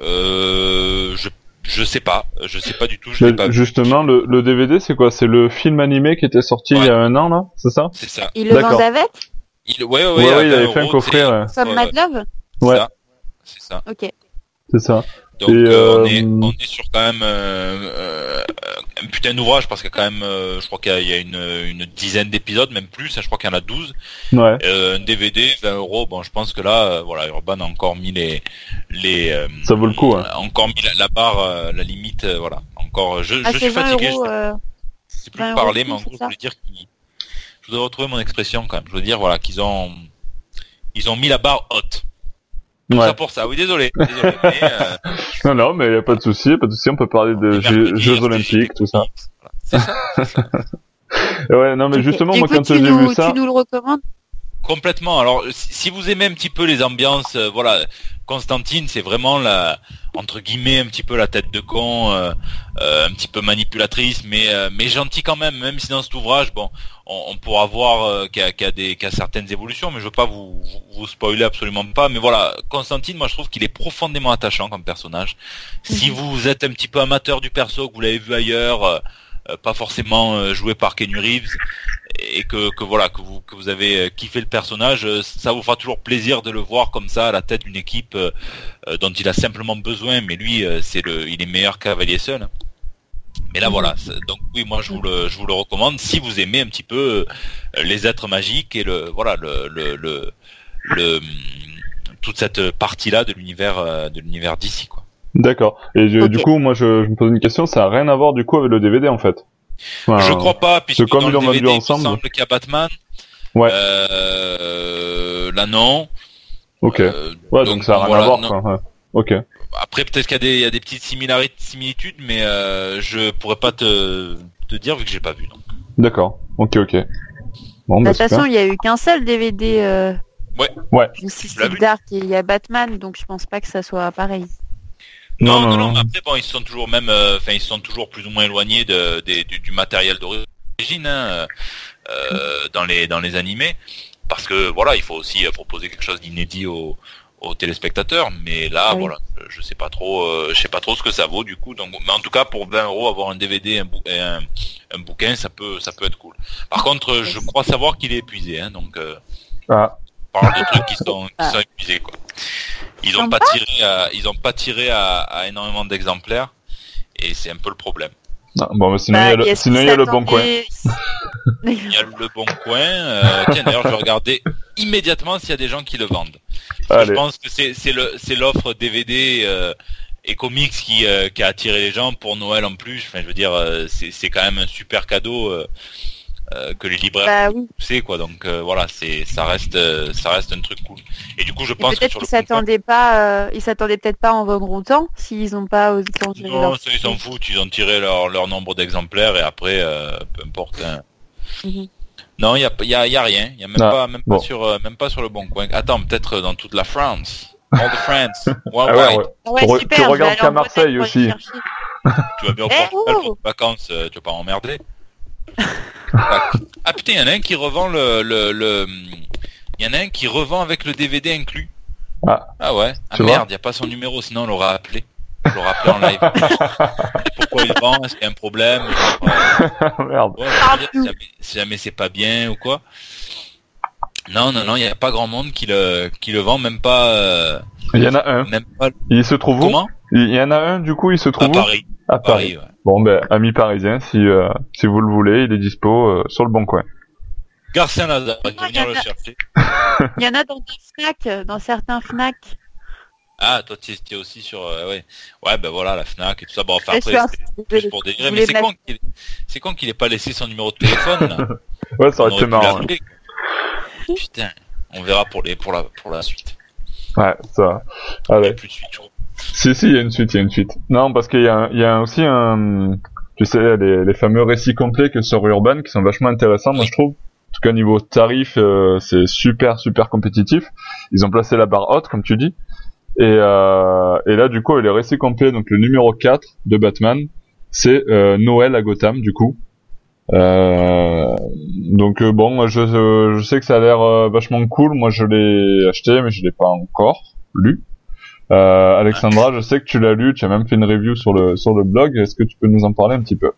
Euh, je Je sais pas, je sais pas du tout, je l'ai pas justement, vu. le, le D V D, c'est quoi? C'est le film animé qui était sorti ouais. il y a un an, là? C'est ça? C'est ça. Il le vendait avec? il... Ouais, ouais, ouais, ouais, ouais il avait fait un coffret, ouais. Comme Mad Love? Ouais. Ça. C'est ça. Ok. C'est ça. Donc, euh, euh... on est, on est sur quand même, euh, euh, un putain d'ouvrage parce qu'il y a quand même, euh, je crois qu'il y a, il y a une, une dizaine d'épisodes, même plus, hein, je crois qu'il y en a douze. Ouais. Euh, un D V D, vingt euros, bon, je pense que là, euh, voilà, Urban a encore mis les, les, euh, ça vaut le coup, hein. Encore mis la, la barre, euh, la limite, euh, voilà. Encore, je, ah, je suis fatigué, euros, je euh, sais plus parler, mais en gros, je voulais dire qu'ils, je voudrais retrouver mon expression quand même. Je veux dire, voilà, qu'ils ont, ils ont mis la barre haute. Tout ouais. ça pour ça, oui, désolé. désolé mais, euh... Non, non, mais y a pas de souci, pas de souci, on peut parler de Jeux, Jeux Olympiques, tout ça. Voilà. C'est ça. C'est ça. Ouais, non, mais okay. justement, Et moi, coup, quand j'ai nous, vu ça. Tu nous le recommandes? Complètement. Alors, si vous aimez un petit peu les ambiances, euh, voilà, Constantine, c'est vraiment la, entre guillemets, un petit peu la tête de con, euh, euh, un petit peu manipulatrice, mais euh, mais gentil quand même. Même si dans cet ouvrage, bon, on, on pourra voir euh, qu'il y a, qu'il y a des, qu'il y a certaines évolutions, mais je veux pas vous, vous vous spoiler absolument pas. Mais voilà, Constantine, moi, je trouve qu'il est profondément attachant comme personnage. Mm-hmm. Si vous êtes un petit peu amateur du perso, que vous l'avez vu ailleurs. Euh, pas forcément euh, joué par Keanu Reeves et que, que voilà que vous que vous avez kiffé le personnage, ça vous fera toujours plaisir de le voir comme ça à la tête d'une équipe euh, dont il a simplement besoin, mais lui euh, c'est le il est meilleur cavalier seul. Hein. Mais là voilà, donc oui, moi je vous le je vous le recommande si vous aimez un petit peu euh, les êtres magiques et le voilà le le le, le toute cette partie là de l'univers euh, de l'univers d'ici quoi. D'accord. Et je, okay. du coup, moi, je, je me pose une question. Ça a rien à voir du coup avec le D V D en fait. Enfin, je crois pas, puisque comme dans ils le ont D V D, vendu ensemble. Il me semble qu'il y a Batman. Ouais. Euh, là non. Ok. Euh, ouais, donc, donc ça a rien voilà, à voir. Quoi. Ouais. Ok. Après, peut-être qu'il y a des, il y a des petites similarités, similitudes, mais euh, je pourrais pas te, te dire vu que j'ai pas vu. Donc. D'accord. Ok, ok. Bon, de bah, toute façon, il y a eu qu'un seul D V D. Euh... Ouais. Ouais. Justice League Dark et il y a Batman, donc je pense pas que ça soit pareil. Non, non, non, non, mais après, bon, ils sont toujours même, enfin, euh, ils sont toujours plus ou moins éloignés de, de, du, du matériel d'origine, hein, euh, dans les, dans les animés, parce que, voilà, il faut aussi proposer quelque chose d'inédit aux, aux téléspectateurs, mais là, oui. voilà, je sais pas trop, euh, je sais pas trop ce que ça vaut, du coup, donc, mais en tout cas, pour vingt euros, avoir un D V D, un, bou- un, un bouquin, ça peut, ça peut être cool. Par contre, je crois savoir qu'il est épuisé, hein, donc, euh, ah. on parle de trucs qui sont, qui sont épuisés, quoi. Ils ont pas tiré à, ils ont pas tiré à, à énormément d'exemplaires et c'est un peu le problème. Non, bon, mais sinon bah, il y a le, sinon il y a le bon coin. Il y a le bon coin. Euh, tiens d'ailleurs, je vais regarder immédiatement s'il y a des gens qui le vendent. Je pense que c'est c'est le c'est l'offre D V D euh, et comics qui euh, qui a attiré les gens pour Noël en plus. Enfin, je veux dire, euh, c'est c'est quand même un super cadeau. Euh, Euh, que les libraires bah, oui. c'est quoi donc euh, voilà c'est ça reste euh, ça reste un truc cool et du coup je et pense peut-être que sur qu'ils le s'attendaient pas euh, ils s'attendaient peut-être pas en vendre autant s'ils ont pas autant tiré non leur... ça, ils s'en foutent ils ont tiré leur leur nombre d'exemplaires et après euh, peu importe hein. Mm-hmm. Non il y a il y a, y a rien il y a même non. pas même bon. pas sur euh, même pas sur le bon coin attends peut-être dans toute la France all the France ah ouais, ouais. Ah ouais, tu, super, tu regardes qu'à Marseille aussi tu vas bien au Portugal hey, oh. pour les vacances tu vas pas emmerder. Ah putain, il y en a un qui revend le, le, le... il y en a un qui revend avec le D V D inclus. Ah, ah ouais. Ah merde, il y a pas son numéro, sinon on l'aurait appelé. Je le rappelais en live. Pourquoi il vend? Est-ce qu'il y a un problème? Genre, Merde. ouais, si, jamais, si jamais c'est pas bien ou quoi. Non, non, non, il n'y a pas grand monde qui le, qui le vend, même pas... Euh, il y en a un. Même pas... Il se trouve où? Comment? Il y en a un, du coup, il se trouve à où? Paris. À Paris. Paris ouais. Bon, ben, amis parisiens, si, euh, si vous le voulez, il est dispo euh, sur le bon coin. Garcien Lazare, il faut venir le a... chercher. Il y en a dans des Fnac, dans certains Fnac. Ah, toi, tu es aussi sur... Euh, ouais. ouais, ben voilà, la Fnac et tout ça. Bon, enfin, après, c'est plus pour délirer. Mais c'est con, qu'il... c'est con qu'il ait pas laissé son numéro de téléphone, là. Ouais, ça aurait été marrant. Putain, on verra pour, les... pour, la... pour la suite. Ouais, ça va. Allez. Il y a plus de suite, je crois. Si, si, il y a une suite, il y a une suite. Non, parce qu'il y a, il y a aussi un... Tu sais, les, les fameux récits complets que sort Urban, qui sont vachement intéressants, moi, je trouve. En tout cas, niveau tarif, euh, c'est super, super compétitif. Ils ont placé la barre haute, comme tu dis. Et, euh, et là, du coup, les récits complets, donc le numéro quatre de Batman, c'est euh, Noël à Gotham, du coup. Euh, donc euh, bon, je, je sais que ça a l'air euh, vachement cool. Moi, je l'ai acheté, mais je l'ai pas encore lu. Euh, Alexandra, je sais que tu l'as lu, tu as même fait une review sur le sur le blog. Est-ce que tu peux nous en parler un petit peu?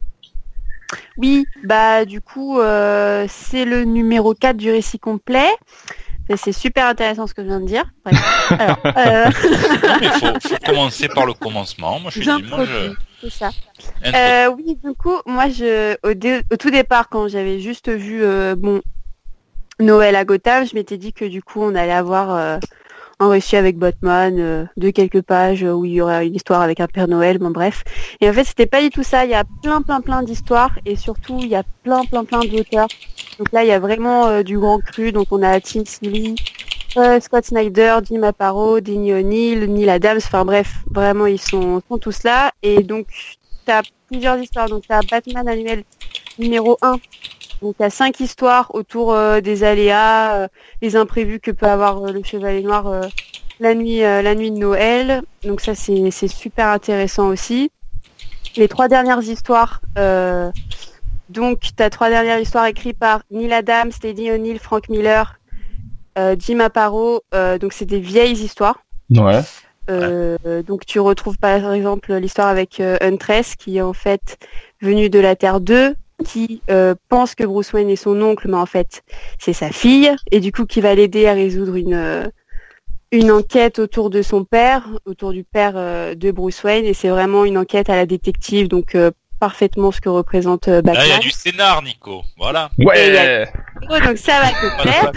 Oui, bah du coup, euh, c'est le numéro quatre du récit complet. C'est super intéressant ce que je viens de dire. Bref. Alors, euh... non, mais faut, faut commencer par le commencement. Moi, je suis dit, moi, je... C'est ça. Euh, oui, du coup, moi, je, au, dé... au tout départ, quand j'avais juste vu euh, bon Noël à Gotham, je m'étais dit que du coup, on allait avoir euh, un récit avec Batman euh, de quelques pages euh, où il y aurait une histoire avec un Père Noël. Bon, bref. Et en fait, c'était pas du tout ça. Il y a plein, plein, plein d'histoires et surtout, il y a plein, plein, plein d'auteurs. Donc là, il y a vraiment euh, du grand cru. Donc on a Tim Seeley, euh, Scott Snyder, Jim Aparo, Denny O'Neil, Neil Adams. Enfin bref, vraiment ils sont, sont tous là. Et donc tu as plusieurs histoires. Donc tu as Batman annuel numéro un. Donc il y a cinq histoires autour euh, des aléas, euh, les imprévus que peut avoir euh, le Chevalier Noir euh, la nuit, euh, la nuit de Noël. Donc ça c'est c'est super intéressant aussi. Les trois dernières histoires. Euh, Donc, tu as trois dernières histoires écrites par Neil Adams, Denny O'Neil, Frank Miller, euh, Jim Aparo. Euh, donc, c'est des vieilles histoires. Ouais. Euh, ouais. Donc, tu retrouves par exemple l'histoire avec euh, Huntress, qui est en fait venue de la Terre deux, qui euh, pense que Bruce Wayne est son oncle, mais en fait, c'est sa fille. Et du coup, qui va l'aider à résoudre une, euh, une enquête autour de son père, autour du père euh, de Bruce Wayne. Et c'est vraiment une enquête à la détective. Donc, euh, parfaitement ce que représente euh, Batman. Là, il y a du scénar, Nico. Voilà. Ouais. A... Oh, donc ça va te plaire.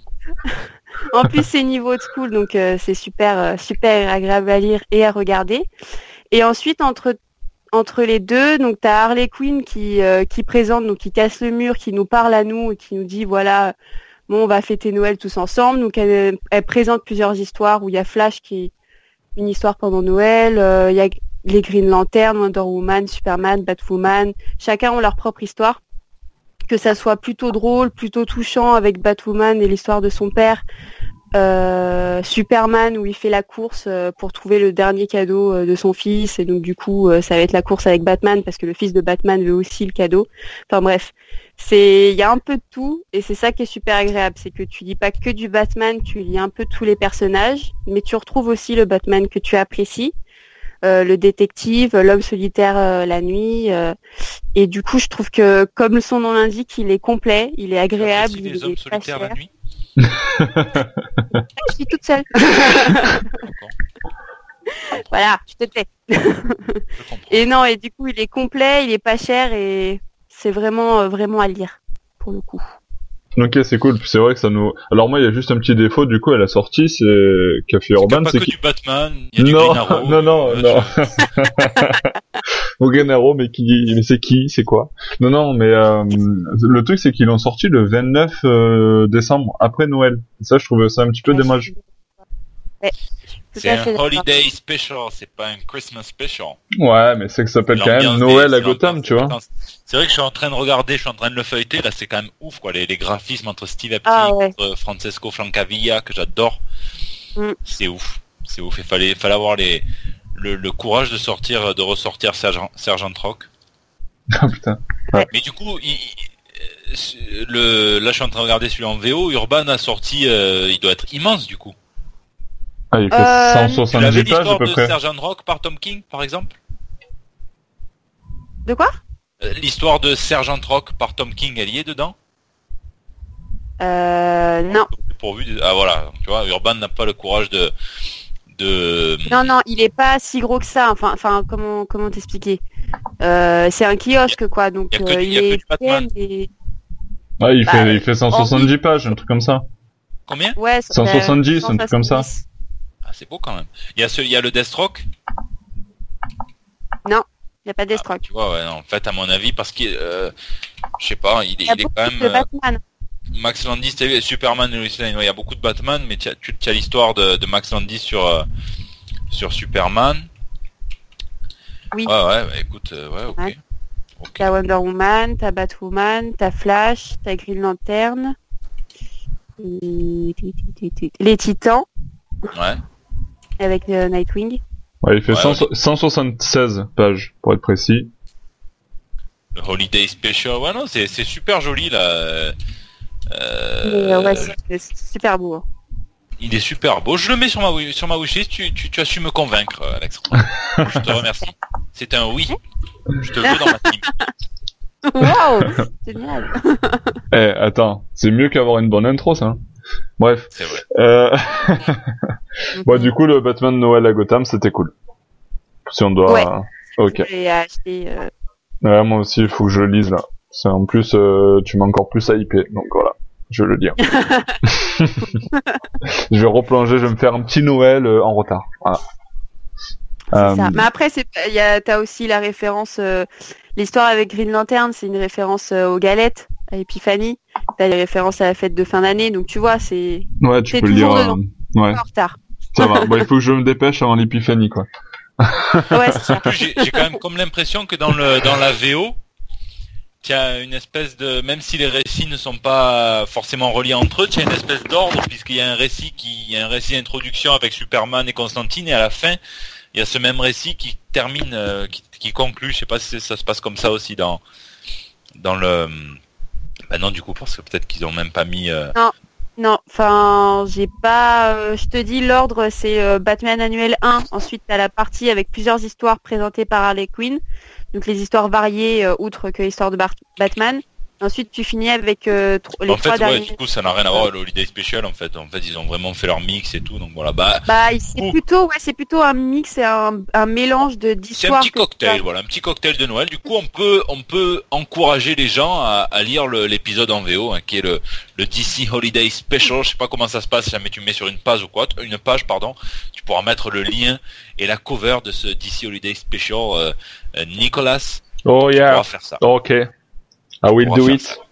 En plus, c'est niveau old school, donc euh, c'est super, euh, super agréable à lire et à regarder. Et ensuite, entre entre les deux, donc t'as Harley Quinn qui euh, qui présente, donc qui casse le mur, qui nous parle à nous et qui nous dit voilà, bon, on va fêter Noël tous ensemble. Donc elle, elle présente plusieurs histoires où il y a Flash qui est une histoire pendant Noël, il euh, y a les Green Lantern, Wonder Woman, Superman, Batwoman, chacun ont leur propre histoire. Que ça soit plutôt drôle, plutôt touchant avec Batwoman et l'histoire de son père, euh, Superman où il fait la course euh, pour trouver le dernier cadeau euh, de son fils et donc du coup euh, ça va être la course avec Batman parce que le fils de Batman veut aussi le cadeau. Enfin bref, c'est il y a un peu de tout et c'est ça qui est super agréable, c'est que tu lis pas que du Batman, tu lis un peu tous les personnages, mais tu retrouves aussi le Batman que tu apprécies. Euh, le détective, l'homme solitaire euh, la nuit. Euh, et du coup, je trouve que, comme son nom l'indique, il est complet, il est agréable. Il les est hommes pas solitaires cher. la nuit. Je suis toute seule. Voilà, je te tais. Et non, et du coup, il est complet, il est pas cher et c'est vraiment, euh, vraiment à lire pour le coup. Ok, c'est cool. C'est vrai que ça nous. Alors moi, il y a juste un petit défaut du coup à la sortie, c'est Café Urban, c'est c'est pas qui. que du Batman, il y a du Non, Green Arrow. non, non, euh, non. je- Au Green Arrow, mais qui, mais c'est qui, c'est quoi? Non, non, mais euh, le truc c'est qu'ils l'ont sorti le vingt-neuf euh, décembre après Noël. Et ça, je trouvais ça un petit peu Ouais, dommage. Ouais, tout C'est à un fait d'accord. holiday special, c'est pas un Christmas special. Ouais, mais c'est que ça s'appelle quand même L'ambiance Noël des- à c'est Gotham, l'ambiance tu des vois. vacances. C'est vrai que je suis en train de regarder, je suis en train de le feuilleter, là c'est quand même ouf quoi, les, les graphismes entre Steve Epting, Ah ouais. entre Francesco Francavilla, que j'adore. Mm. C'est ouf, c'est ouf, il fallait, fallait avoir les, le, le courage de sortir, de ressortir Sergent, Sergent Rock. Ah putain. Mais du coup, il, il- le, là je suis en train de regarder celui en V O, Urban a sorti, euh, il doit être immense du coup. Ah, il fait Euh, cent Tu soixante-dix l'avais pages à l'histoire peu de près. Sergeant Rock par Tom King, par exemple? De quoi? Euh, L'histoire de Sergeant Rock par Tom King, elle y est dedans? Euh, non. Pourvu de... Ah voilà, tu vois, Urban n'a pas le courage de... de... Non, non, il est pas si gros que ça. Enfin, enfin, comment, comment t'expliquer? Euh, c'est un kiosque, quoi. Donc, y a que euh, du- il y a que est du Batman. et... Ah, il Bah, fait, il fait cent soixante-dix pages, un truc comme ça. Combien? Ouais, cent soixante-dix, un truc comme ça. Ah, c'est beau quand même. Il y a, ce... il y a le Deathstroke. Il n'y a pas Ah, Deathstroke. tu vois, ouais, en fait, à mon avis, parce qu'il... Euh... Je sais pas, il est, Il y a il est beaucoup quand même... de euh, Batman. Max Landis, t'as vu, Superman et Lois Lane, ouais, il y a beaucoup de Batman, mais tu as, tu as l'histoire de, de Max Landis sur, euh, sur Superman. Oui. Ouais, ouais, bah, écoute, euh, ouais, ok. Ouais. Ok. T'as Wonder Woman, t'as Batwoman, t'as Flash, t'as Green Lantern, et- les Titans Ouais. avec euh, Nightwing. Ouais, il fait Ouais, cent ouais. cent soixante-seize pages, pour être précis. Le Holiday Special, ouais, non, c'est, c'est super joli, là. Euh, Mais, euh, ouais, c'est c'est super beau. hein. il est super beau. Je le mets sur ma, wi- sur ma wishlist, tu, tu, tu as su me convaincre, euh, Alex. Je te remercie. C'est un oui. Je te veux dans ma team. Waouh, génial. Eh, attends, c'est mieux qu'avoir une bonne intro, ça. hein. Bref. C'est vrai. Euh... bon, du coup, le Batman de Noël à Gotham, c'était cool. Si on doit... Ouais. Ok. J'ai acheté. euh, Ouais, moi aussi, il faut que je le lise, là. C'est en plus, euh, tu m'as encore plus hypé, donc voilà. Je vais le dire. Je vais replonger, je vais me faire un petit Noël euh, en retard. Voilà. c'est Euh, ça. Mais après, c'est il y a t'as aussi la référence. euh, L'histoire avec Green Lantern, c'est une référence euh, aux galettes à Epiphanie. T'as les références à la fête de fin d'année, donc tu vois, c'est Ouais, tu c'est peux le lire. toujours euh, dedans. Ouais, en retard. ça va. Bon, il faut que je me dépêche avant l'épiphanie, quoi. Ouais, c'est ça. J'ai, j'ai quand même comme l'impression que dans le, dans la V O, tu as une espèce de, même si les récits ne sont pas forcément reliés entre eux, tu as une espèce d'ordre puisqu'il y a un récit qui, il y a un récit d'introduction avec Superman et Constantine et à la fin, il y a ce même récit qui termine, euh, qui, qui conclut. Je sais pas si ça se passe comme ça aussi dans, dans le, bah non du coup parce que peut-être qu'ils ont même pas mis. Euh... Non, enfin, j'ai pas. euh, je te dis, l'ordre, c'est euh, Batman annuel un. Ensuite, t'as la partie avec plusieurs histoires présentées par Harley Quinn. Donc les histoires variées, euh, outre que l'histoire de Bar- Batman. Ensuite, tu finis avec euh, tro- les En trois fait, ouais, derniers. du coup, ça n'a rien à voir avec le Holiday Special. En fait, en fait, ils ont vraiment fait leur mix et tout. Donc voilà, bah. Bah, c'est Ouh. plutôt, ouais, c'est plutôt un mix et un, un mélange de C'est un d'histoires. petit que- cocktail, voilà, un petit cocktail de Noël. Du coup, on peut, on peut encourager les gens à, à lire le- l'épisode en V O, hein, qui est le, le D C Holiday Special. Je sais pas comment ça se passe, si jamais tu mets sur une page ou quoi, une page, pardon. Tu pourras mettre le lien et la cover de ce D C Holiday Special. Euh, euh, Nicolas, Oh tu yeah. pourras faire ça. Ok. I will On va do faire it. ça.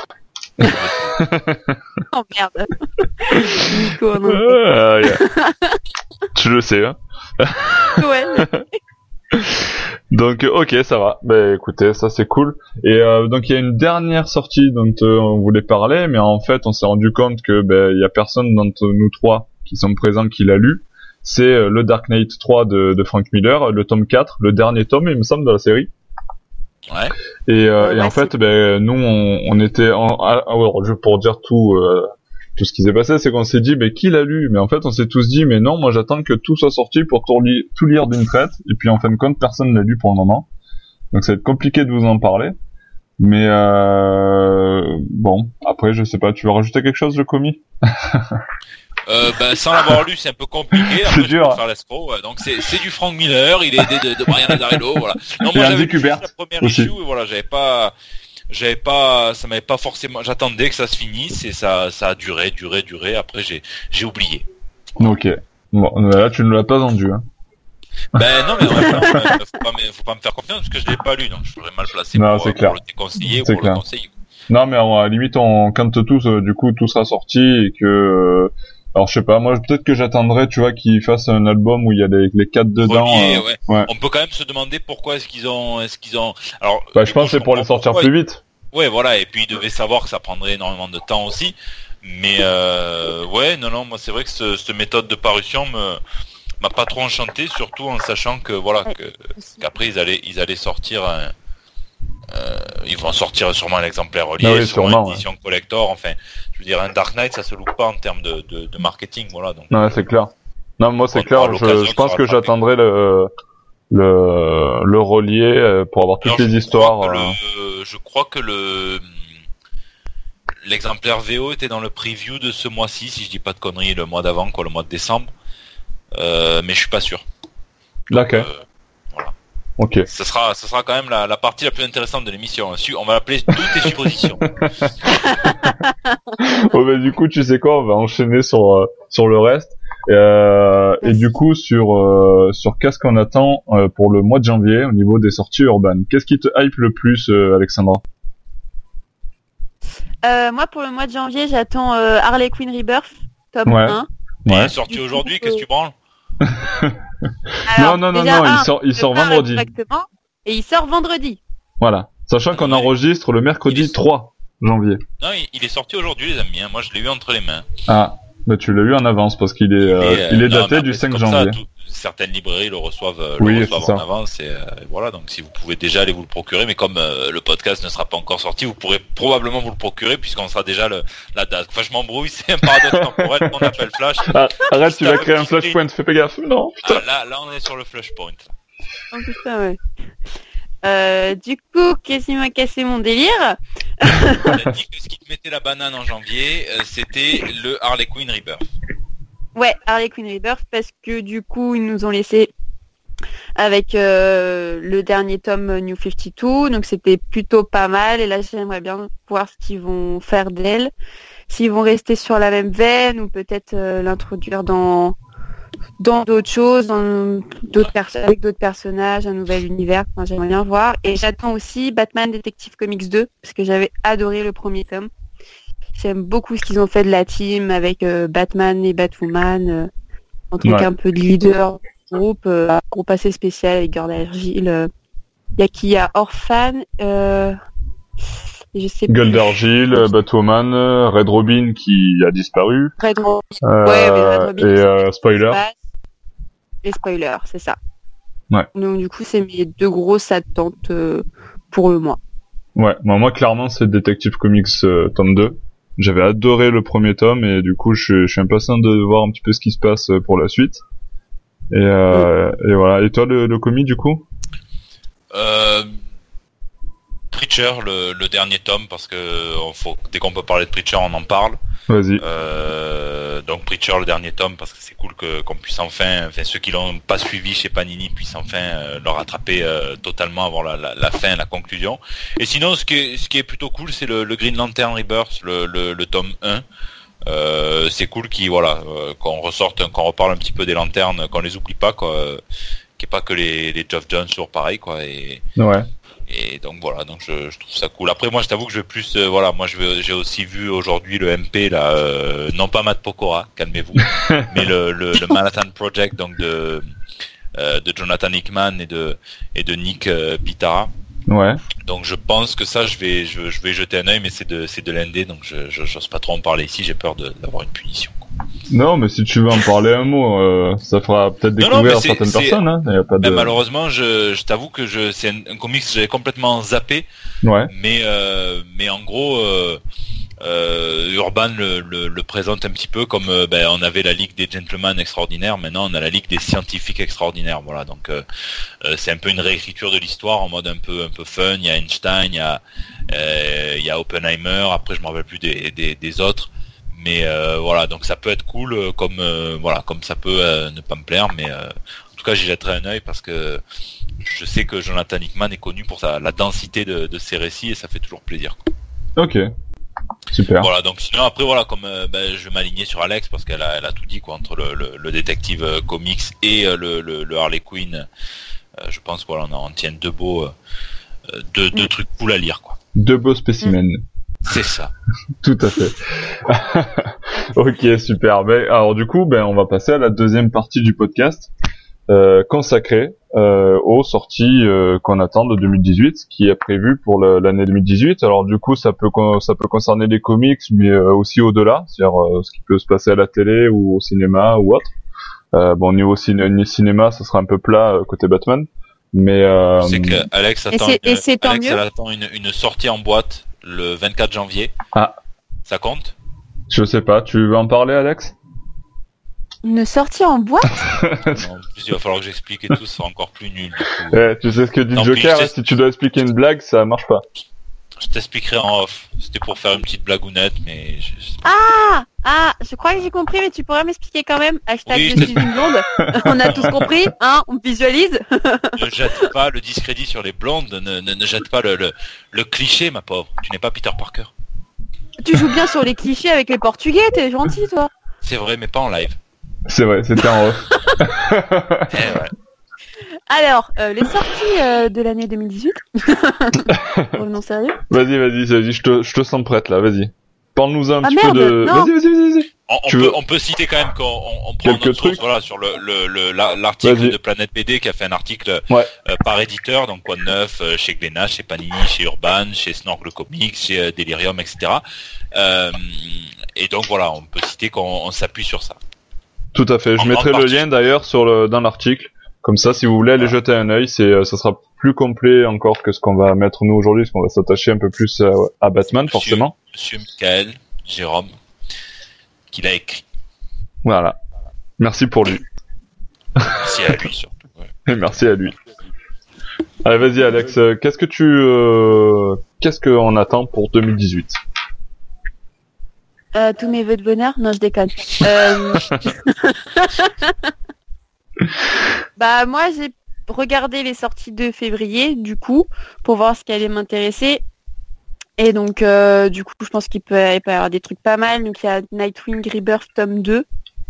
Oh merde. Nico, non. Ah, yeah. Tu le sais, hein. Ouais. Donc, euh, ok, ça va. Bah, écoutez, ça c'est cool. Et euh, donc, il y a une dernière sortie dont euh, on voulait parler, mais en fait, on s'est rendu compte que ben, il y a personne d'entre nous trois qui sont présents qui l'a lu. C'est euh, le Dark Knight trois de, de Frank Miller, le tome quatre, le dernier tome, il me semble, de la série. Ouais. Et, euh, Ouais, et en ouais, fait, ben, nous, on, on était... En, ah, alors, je, pour dire tout... Euh, tout ce qui s'est passé, c'est qu'on s'est dit, mais qui l'a lu? Mais en fait, on s'est tous dit, mais non, moi j'attends que tout soit sorti pour tout, li- tout lire d'une traite. Et puis en fin de compte, personne l'a lu pour le moment. Donc ça va être compliqué de vous en parler. Mais euh... bon, après, je sais pas, tu veux rajouter quelque chose, le commis? Euh, ben, sans l'avoir lu, c'est un peu compliqué. C'est Après, je dur, peux hein. faire l'escroc. Ouais. Donc, c'est, c'est du Frank Miller. Il est aidé de, de Brian Azzarello. Voilà. Non, Et moi, Andy j'avais lu Kubert juste la première aussi. issue. Et voilà, j'avais pas, j'avais pas, ça m'avait pas forcément. J'attendais que ça se finisse et ça, ça a duré, duré, duré. Après, j'ai, j'ai oublié. Ok. Bon, là, tu ne l'as pas vendu, hein. Ben non, mais en même temps, euh, faut pas, me- faut pas me faire confiance parce que je l'ai pas lu. Donc, je serais mal placé Non, pour, c'est euh, clair. pour le déconseiller ou C'est pour clair. le conseiller. Non, mais à la limite, on, quand tous, euh, du coup, tout sera sorti et que... euh, alors, je sais pas, moi, peut-être que j'attendrai, tu vois, qu'ils fassent un album où il y a les, les quatre dedans. Relié, euh, ouais. ouais. On peut quand même se demander pourquoi est-ce qu'ils ont, est-ce qu'ils ont. Alors. Bah, du je coup, pense que c'est pour les comprends sortir pourquoi plus vite. Ouais, voilà, et puis il devait savoir que ça prendrait énormément de temps aussi. Mais euh, ouais, non, non, moi c'est vrai que ce, cette méthode de parution me m'a pas trop enchanté, surtout en sachant que voilà Ouais, que aussi. qu'après ils allaient ils allaient sortir un, euh, ils vont sortir sûrement un exemplaire relié, Ah oui, sûrement sûrement, une édition collector. Enfin, je veux dire un Dark Knight ça se loupe pas en termes de, de, de marketing, voilà. Donc Ouais, c'est clair. Non, moi c'est On clair, aura je, l'occasion je de pense se que rattraper. j'attendrai le, le, le relier pour avoir toutes Alors, les je histoires. crois que euh. le- je crois que le l'exemplaire V O était dans le preview de ce mois-ci, si je dis pas de conneries, le mois d'avant, quoi, le mois de décembre. Euh, mais je suis pas sûr. Ok. Euh, Ok. Ce sera, ce sera quand même la, la partie la plus intéressante de l'émission. On va l'appeler toutes les suppositions. Oh, bah, du coup, tu sais quoi, on va enchaîner sur euh, sur le reste. Euh, et du coup, sur euh, sur qu'est-ce qu'on attend euh, pour le mois de janvier au niveau des sorties urbaines. Qu'est-ce qui te hype le plus, euh, Alexandra? Euh, moi, pour le mois de janvier, j'attends euh, Harley Quinn Rebirth, tome Ouais. un. Il Ouais. est sorti Du aujourd'hui, coup, qu'est-ce que tu branles? Alors, non, non, non, déjà, non, il un, sort, il le sort un vendredi. Exactement. Et il sort vendredi. Voilà. Sachant Ah qu'on non, il est- enregistre le mercredi il est- trois janvier. Non, il, il est sorti aujourd'hui, les amis. hein. Moi, je l'ai eu entre les mains. Ah, bah tu l'as eu en avance parce qu'il est, euh, Et, il est non, daté mais du après, c'est cinq comme janvier. Ça, tout- certaines librairies le reçoivent, euh, Oui, le reçoivent c'est en ça. avance. Et, euh, voilà, donc si vous pouvez déjà aller vous le procurer, mais comme euh, le podcast ne sera pas encore sorti, vous pourrez probablement vous le procurer puisqu'on sera déjà le, la date. Enfin, je m'embrouille, c'est un paradoxe temporel qu'on appelle Flash. Ah, arrête, tu vas Juste créer un un petit flashpoint, fais pas gaffe. Non, putain. Ah, là, là, on est sur le Flashpoint. Oh putain, ouais. Euh, du coup, qu'est-ce qui m'a cassé mon délire? On a dit que ce qui te mettait la banane en janvier, euh, c'était le Harley Quinn Rebirth. Ouais, Harley Quinn Rebirth, parce que du coup, ils nous ont laissé avec euh, le dernier tome euh, New cinquante-deux, donc c'était plutôt pas mal, et là j'aimerais bien voir ce qu'ils vont faire d'elle, s'ils vont rester sur la même veine, ou peut-être euh, l'introduire dans dans d'autres choses, dans d'autres perso- avec d'autres personnages, un nouvel univers, enfin, j'aimerais bien voir. Et j'attends aussi Batman Detective Comics deux, parce que j'avais adoré le premier tome. J'aime beaucoup ce qu'ils ont fait de la team avec euh, Batman et Batwoman, euh, en tant Ouais. qu'un peu de leader du groupe, euh, un groupe assez spécial avec Gordargil. Euh, il y a qui Il y a Orphan, euh, et je sais Gueule plus. d'Argile, euh, Batwoman, euh, Red Robin qui a disparu, Red Robin, euh, ouais, mais Red Robin, et c'est euh, ce qui spoiler. se passe. Les spoilers, c'est ça. Ouais. Donc du coup, c'est mes deux grosses attentes euh, pour le mois. Ouais, moi, moi clairement c'est Detective Comics euh, tome deux. J'avais adoré le premier tome et du coup je, je suis impatient de voir un petit peu ce qui se passe euh, pour la suite. Et, euh, et voilà. Et toi le, le comic du coup? Euh, Preacher, le, le dernier tome, parce que on faut, dès qu'on peut parler de Preacher, on en parle. Vas-y. Euh, donc Preacher, le dernier tome, parce que c'est cool que qu'on puisse enfin, enfin ceux qui l'ont pas suivi chez Panini puissent enfin euh, le rattraper euh, totalement avant la, la, la fin, la conclusion. Et sinon, ce qui est, ce qui est plutôt cool, c'est le, le Green Lantern Rebirth, le, le, le tome un. Euh, c'est cool qui voilà euh, qu'on ressorte, qu'on reparle un petit peu des lanternes, qu'on les oublie pas, quoi. Euh, qu'il n'y ait pas que les, les Geoff Johns toujours pareil, quoi. Et Ouais. Et donc voilà, donc je, je trouve ça cool. Après moi je t'avoue que je vais plus, euh, voilà, moi je vais, j'ai aussi vu aujourd'hui le M P là, euh, non pas Matt Pokora, calmez-vous, mais le, le, le Manhattan Project donc de euh, de Jonathan Hickman et de et de Nick euh, Pitara. Ouais. Donc je pense que ça je vais je, je vais y jeter un œil, mais c'est de c'est de l'N D, donc je je- j'ose pas trop en parler ici, j'ai peur de, d'avoir une punition, quoi. Non, mais si tu veux en parler un mot, euh, ça fera peut-être Non, non, découvrir mais à c'est- certaines c'est- personnes. Hein. Y a pas de. Ben, malheureusement, je, je t'avoue que je c'est un, un comics que j'avais complètement zappé. Ouais. Mais euh, mais en gros, euh, euh, Urban le, le, le présente un petit peu comme euh, ben, on avait la Ligue des Gentlemen extraordinaires, maintenant on a la Ligue des Scientifiques extraordinaires. Voilà, donc euh, euh, c'est un peu une réécriture de l'histoire en mode un peu un peu fun. Il y a Einstein, il y a euh, il y a Oppenheimer. Après, je me rappelle plus des des, des autres. Mais euh, voilà, donc ça peut être cool, euh, comme euh, voilà, comme ça peut euh, ne pas me plaire, mais euh, en tout cas j'y jetterai un œil parce que je sais que Jonathan Hickman est connu pour sa, la densité de, de ses récits et ça fait toujours plaisir, quoi. Ok. Super. Voilà, donc sinon après voilà, comme euh, ben, je vais m'aligner sur Alex parce qu'elle a, elle a tout dit, quoi, entre le, le, le détective euh, comics et euh, le, le, le Harley Quinn. Euh, je pense qu'on voilà, on en tient deux beaux, euh, deux, deux trucs cool à lire, quoi. Deux beaux spécimens. C'est ça. Tout à fait. Ok, super. Ben, alors du coup, ben on va passer à la deuxième partie du podcast euh, consacrée euh, aux sorties euh, qu'on attend de deux mille dix-huit, qui est prévu pour le- l'année deux mille dix-huit. Alors du coup, ça peut con- ça peut concerner les comics, mais euh, aussi au-delà, c'est-à-dire euh, ce qui peut se passer à la télé ou au cinéma ou autre. Euh, bon, niveau ciné- cinéma, ça sera un peu plat euh, côté Batman, mais euh, C'est que Alex attend, c'est- et une, c'est tant Alex, mieux. elle attend une, une sortie en boîte le vingt-quatre janvier. Ah. Ça compte? je sais pas. Tu veux en parler, Alex? Une sortie en boîte? Non, en plus, il va falloir que j'explique et tout, ce sera encore plus nul. Du coup. Ouais, tu sais ce que dit Tant Joker, pis, hein, si tu dois expliquer une blague, ça marche pas. Je t'expliquerai en off. C'était pour faire une petite blagounette, mais... Je... Ah Ah, je crois que j'ai compris, mais tu pourrais m'expliquer quand même. Hashtag Oui, je je suis une blonde. On a tous compris, hein, on visualise. Ne jette pas le discrédit sur les blondes, ne, ne, ne jette pas le, le, le cliché, ma pauvre. Tu n'es pas Peter Parker. Tu joues bien sur les clichés avec les Portugais, t'es gentil, toi. C'est vrai, mais pas en live. C'est vrai, c'était en off. Eh, ouais. Alors, euh, les sorties euh, de l'année deux mille dix-huit. Revenons sérieux. Vas-y, vas-y, vas-y, je te, je te sens prête là, vas-y. Parle-nous un Ah, petit merde, peu de... non. Vas-y, vas-y, vas-y, vas-y. On, on, Tu peut, veux- on peut citer quand même qu'on on, on prend Quelques notre source, trucs. voilà, sur le, le, le, la- l'article Vas-y. de Planète B D qui a fait un article Ouais. euh, par éditeur, donc quoi de neuf, euh, chez Glénat, chez Panini, chez Urban, chez Snorkel Comics, chez euh, Delirium, et cetera. Euh, et donc voilà, on peut citer qu'on on s'appuie sur ça. Tout à fait, je En mettrai le grande partie. lien d'ailleurs sur le, dans l'article. Comme ça, si vous voulez aller Voilà. jeter un œil, c'est, euh, ça sera plus complet encore que ce qu'on va mettre nous aujourd'hui, parce qu'on va s'attacher un peu plus à, à Batman, Monsieur- forcément. Monsieur Michael Jérôme, qui l'a écrit. Voilà. Merci pour lui. Merci à lui surtout. Ouais. Et merci à lui. Allez, vas-y, Alex, euh, qu'est-ce que tu, euh, qu'est-ce qu'on attend pour deux mille dix-huit? Euh, tous mes vœux de bonheur? Non, je déconne. Euh... bah, moi, j'ai regardé les sorties de février, du coup, pour voir ce qui allait m'intéresser. Et donc, euh, du coup, je pense qu'il peut, il peut y avoir des trucs pas mal. Donc, il y a Nightwing Rebirth tome deux.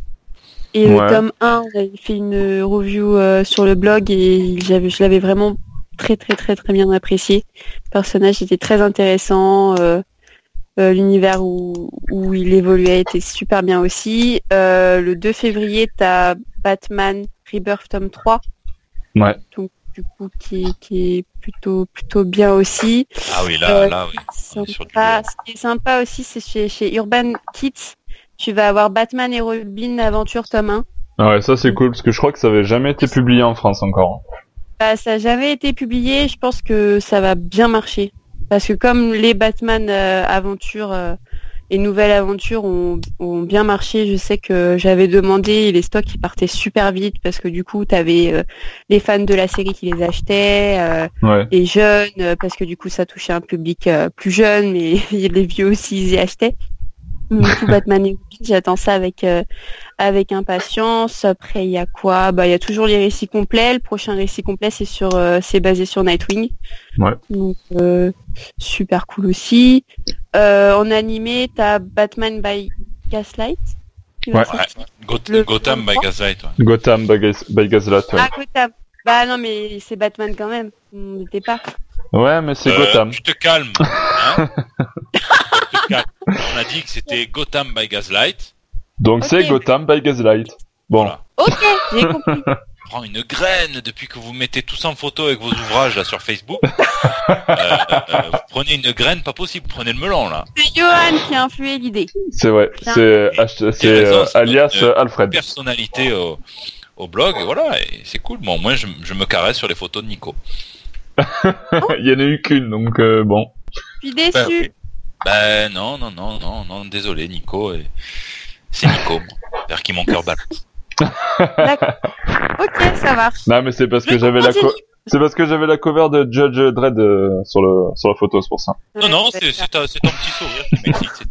Et Ouais. le tome un, on avait fait une review euh, sur le blog et j'avais, je l'avais vraiment très, très, très, très bien apprécié. Le personnage était très intéressant. Euh, euh, l'univers où, où il évoluait était super bien aussi. Euh, le deux février, t'as Batman Rebirth tome trois. Ouais. Donc, du coup, qui, qui est plutôt, plutôt bien aussi. Ah oui, là, Euh, là, oui. On est sur du Sympa. lourd. Ce qui est sympa aussi, c'est chez, chez Urban Kids. Tu vas avoir Batman et Robin Aventure tome un. Ah ouais, ça c'est cool, parce que je crois que ça avait jamais été publié en France encore. Bah, ça n'a jamais été publié. Je pense que ça va bien marcher. Parce que comme les Batman euh, Aventures euh, et Nouvelles Aventures ont, ont bien marché, je sais que j'avais demandé et les stocks ils partaient super vite parce que du coup, tu avais euh, les fans de la série qui les achetaient, euh, Ouais. les jeunes, euh, parce que du coup, ça touchait un public euh, plus jeune, mais les vieux aussi, ils y achetaient. Du coup, Batman et Robin, j'attends ça avec euh, avec impatience. Après, il y a quoi? Bah, il y a toujours les récits complets. Le prochain récit complet, c'est sur, euh, c'est basé sur Nightwing. Ouais. Donc, euh, super cool aussi. Euh, en animé, t'as Batman by Gaslight. qui va Ouais. sortir. Ouais. Goth- Le Gotham by vingt-trois. Gaslight, ouais. Gotham by, Gaz- by Gaslight, ouais. Ah, Gotham. Bah non, mais c'est Batman quand même. On n'était pas. Ouais, mais c'est Euh, Gotham. Tu te calmes. Hein tu te calmes. On a dit que c'était Gotham by Gaslight. Donc Ok. c'est Gotham by Gaslight. Bon. Voilà. Ok, j'ai compris. Prends une graine depuis que vous mettez tous en photo avec vos ouvrages là sur Facebook. euh, euh, vous prenez une graine, pas possible. Prenez le melon là. C'est Johan qui a influé l'idée. C'est vrai, Tiens. c'est, H- c'est raison, euh, ça alias donne, euh, Alfred. Personnalité au, au blog, et voilà, et c'est cool. Bon, moi je, je me caresse sur les photos de Nico. Il y en a eu qu'une, donc euh, bon. Je suis Ben, déçu. oui. Ben non, non, non, non, non, désolé Nico. et- C'est Nico, moi. C'est-à-dire qui mon cœur balance. D'accord. Ok, ça marche. Non, mais c'est parce que Je j'avais la continue. co- c'est parce que j'avais la cover de Judge Dredd euh, sur le sur la photo, c'est pour ça. Non, non, Ouais, c'est c'est ta- c'est ton petit sourire qui m'excite.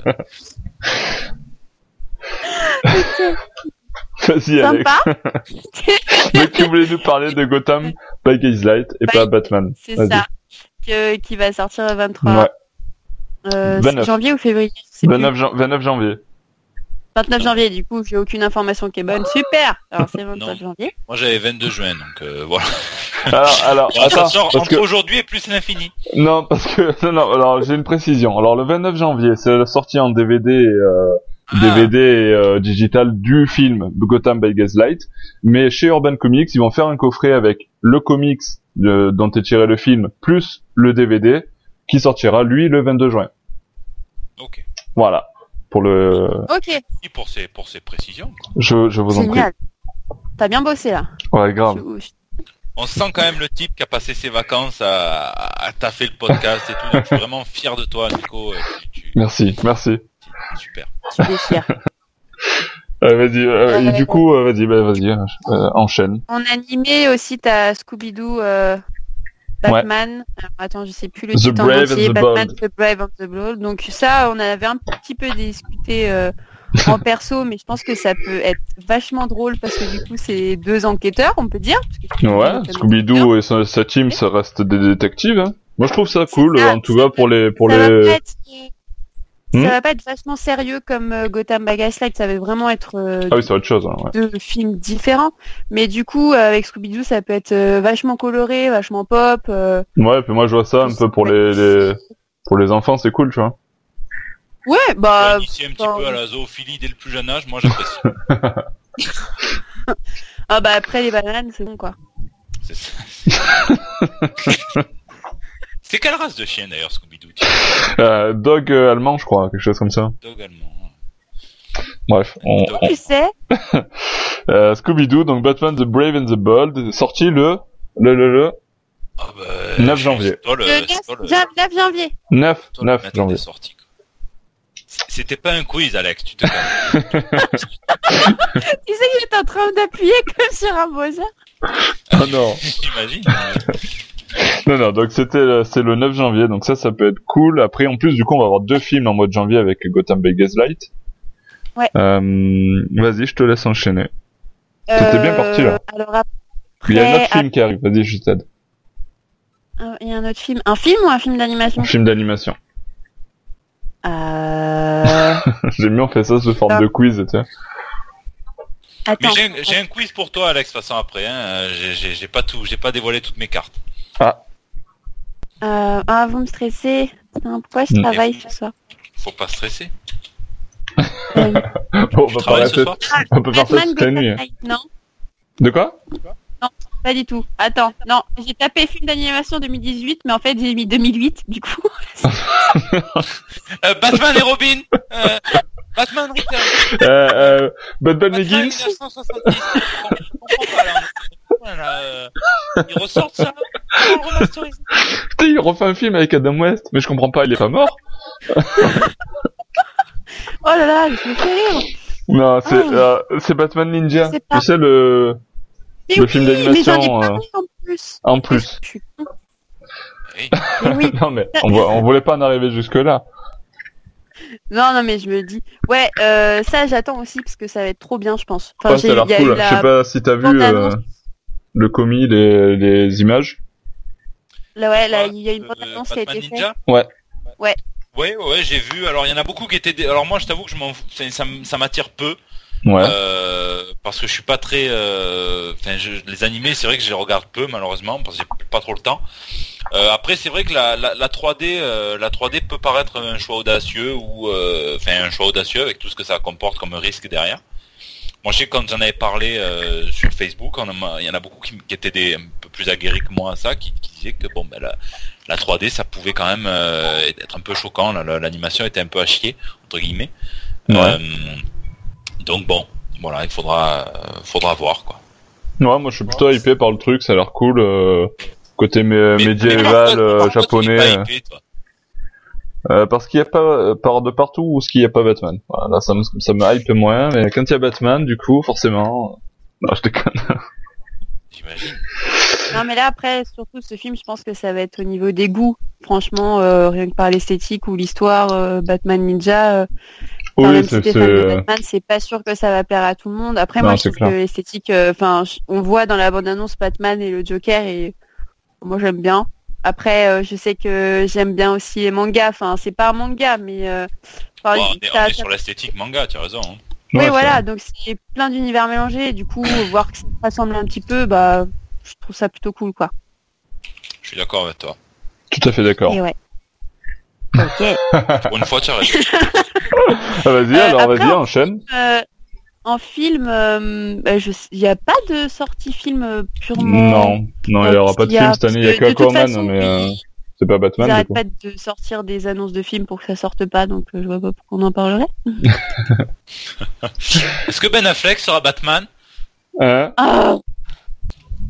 c'est- Vas-y, Alex. Sympa. Mais tu voulais nous parler de Gotham by Gaslight et By- pas Batman. C'est Vas-y. ça. Que- qui va sortir le vingt-trois Ouais. euh, vingt-neuf. janvier ou février. je sais plus. vingt-neuf, jan- vingt-neuf janvier. vingt-neuf janvier, du coup, j'ai aucune information qui est bonne. Super. Alors, c'est Non. vingt-neuf janvier. Moi j'avais vingt-deux juin, donc euh, voilà. Alors, alors, Ah, ça attends, sort parce entre que aujourd'hui et plus l'infini. non, parce que non, non. Alors, j'ai une précision. Alors, le vingt-neuf janvier, c'est la sortie en D V D, euh, Ah. D V D et euh, digital du film Gotham by Gaslight. Mais chez Urban Comics, ils vont faire un coffret avec le comics de- dont est tiré le film plus le D V D qui sortira lui le vingt-deux juin. Ok. Voilà. Pour le, Ok, Et pour ces, pour ces précisions. quoi. je, je vous en prie. génial. T'as bien bossé là. Ouais, grave. Je- je- On sent quand même le type qui a passé ses vacances à, à, à taffer le podcast et tout. Donc, je suis vraiment fier de toi, Nico. Tu, tu, Merci, merci. c'est super. Tu déchires. Euh, vas-y, euh, Euh, et du coup, euh, vas-y, bah, vas-y, euh, enchaîne. En animé aussi, t'as Scooby-Doo, euh, Batman. Alors, attends, je sais plus le The titre en Brave entier. and the Batman, Bold. The Brave and the Bold. Donc ça, on avait un petit peu discuté euh, en perso, mais je pense que ça peut être vachement drôle parce que du coup, c'est deux enquêteurs, on peut dire. Parce que Scooby-Doo Ouais, est un Scooby-Doo et sa, sa team, ça reste des détectives. Hein. Moi, je trouve ça cool, ça, en tout ça cas pour les pour ça va les. pas être, Hmm ça va pas être vachement sérieux comme euh, Gotham by Gaslight, ça va vraiment être euh, Ah oui, c'est autre chose. Hein, ouais. deux films différents. Mais du coup, euh, avec Scooby-Doo, ça peut être euh, vachement coloré, vachement pop. euh, Ouais, puis moi je vois ça un peu pour les, les pour les enfants, c'est cool, tu vois. Ouais, Euh, bah... initier un petit bah, peu à la zoophilie dès le plus jeune âge, moi j'apprécie. Ah bah après les bananes, c'est bon quoi. C'est ça. C'est quelle race de chien d'ailleurs, Scooby-Doo? Euh, dog euh, allemand, je crois, quelque chose comme ça. Dog allemand. Bref, on, Dog. on- Tu sais, euh, Scooby-Doo, donc Batman the Brave and the Bold, sorti le le le le Ah bah, neuf je- janvier. C'est toi le, le c'est toi le, neuf neuf janvier. neuf toi le neuf maître janvier. des sorties, quoi. C'était pas un quiz, Alex, tu te calmes. Tu sais que j'étais en train d'appuyer comme sur un buzzer. Oh non. J'imagine. Non, non, donc c'était, le- c'est le neuf janvier, donc ça, ça peut être cool. Après, en plus, du coup, on va avoir deux films en mois de janvier avec Gotham by Gaslight. Ouais. Euh, vas-y, je te laisse enchaîner. T'étais bien parti, là. Euh, Alors après, Il y a un autre film qui arrive, vas-y, je t'aide. ah, il y a un autre film. Un film ou un film d'animation? Un film d'animation. Euh... J'aime bien, on fait ça sous forme Ah. de quiz, tu sais. Mais Attends. j'ai, un- j'ai un quiz pour toi, Alex, de toute façon après. Hein. J'ai, j'ai, j'ai pas tout, j'ai pas dévoilé toutes mes cartes. Ah, Euh... Ah, vous me stressez. Putain, pourquoi je Mm. travaille ce soir? Faut pas stresser. Euh, bon, on Tu va pas travailles rester, ce soir? on peut faire ça Batman toute la Gotham nuit. hein. Knight, non, De quoi? pas du tout. Attends, non, j'ai tapé film d'animation deux mille dix-huit, mais en fait j'ai mis deux mille huit, du coup. Euh, Batman et Robin. Euh, Batman Return. Euh, euh, Batman Batman Begins? mille neuf cent soixante-dix. Je comprends pas là. Voilà, euh, ils ressortent ça. En remasterisé. Putain, il refait un film avec Adam West, mais je comprends pas, il est pas mort? Oh là là, je me fais rire. Non, c'est, Ah. euh, c'est Batman Ninja. Je sais pas. Tu sais, le, Mais Le oui, film mais j'en ai d'animation, parlé en plus. en plus. Je suis con. Oui. Mais oui. Non, mais on, voit- on voulait pas en arriver jusque là. Non, non, mais je me dis. Ouais, euh, ça j'attends aussi parce que ça va être trop bien, je pense. Enfin, Ouais, ça a j'ai- l'air il y a cool. eu Je la sais pas si t'as vu, bande-annonce. euh, le commis, les, les images. Là, ouais, là, Ah, il y a une euh, bande-annonce qui a Batman été faite. Ninja. Ouais. Ouais. Ouais, ouais, j'ai vu. Alors, il y en a beaucoup qui étaient. dé- Alors, moi, je t'avoue que je m'en. fous. Enfin, ça, m- ça m'attire peu. Ouais. Euh, parce que je suis pas très. euh, Enfin, je... les animés, c'est vrai que je les regarde peu, malheureusement, parce que j'ai pas trop le temps. Euh, après, c'est vrai que la, la, la trois D, euh, la trois D peut paraître un choix audacieux ou, euh, enfin, un choix audacieux avec tout ce que ça comporte comme risque derrière. Moi, je sais que quand j'en avais parlé euh, sur Facebook, on en a- il y en a beaucoup qui, qui étaient des, un peu plus aguerris que moi à ça, qui, qui disaient que bon, ben la, la trois D, ça pouvait quand même euh, être un peu choquant. La- la- L'animation était un peu à chier entre guillemets. Ouais. Euh, donc bon, voilà, il faudra, euh, faudra voir quoi. Ouais, moi je suis plutôt hypé par le truc, ça a l'air cool. Euh, côté mé- Mais- médiéval, mais pourquoi- euh, pourquoi tu japonais. dis pas euh, hypé, toi euh, parce qu'il y a pas, euh, par de partout où ce qu'il y a pas Batman. Voilà, là, ça me, ça me hype moins, mais quand il y a Batman, du coup, forcément. Non, je déconne. J'imagine. Non, mais là, après, surtout ce film, je pense que ça va être au niveau des goûts. Franchement, euh, rien que par l'esthétique ou l'histoire, euh, Batman Ninja, euh, enfin, Oui, même si c'est, t'es c'est, fan de euh, Batman, c'est pas sûr que ça va plaire à tout le monde. Après, Non, moi, je c'est trouve clair. que l'esthétique, euh, enfin, je- on voit dans la bande-annonce Batman et le Joker, et moi, j'aime bien. Après, euh, je sais que j'aime bien aussi les mangas. Enfin, c'est pas un manga, mais euh, enfin, Bon, on est, ça- on est ça- sur l'esthétique manga, tu as raison. Hein. oui, ouais, c'est- voilà. Donc, c'est plein d'univers mélangés. Du coup, voir que ça se rassemble un petit peu, bah, je trouve ça plutôt cool, quoi. Je suis d'accord avec toi. Tout à fait d'accord. Et ouais. Ok. Pour une fois, tu as raison. Ah, vas-y, Euh, alors après, vas-y, en- enchaîne. Euh, en film, euh, bah, je il n'y a pas de sortie film euh, purement. Non, non, il y euh, aura pas de qu'il y a- film cette année, il y a parce que que de toute Aquaman, façon, mais euh, ils- c'est pas Ils Batman, du n'arrêtent coup. pas de sortir des annonces de films pour que ça sorte pas, donc euh, je vois pas pourquoi on en parlerait. Est-ce que Ben Affleck sera Batman? Hein Ah,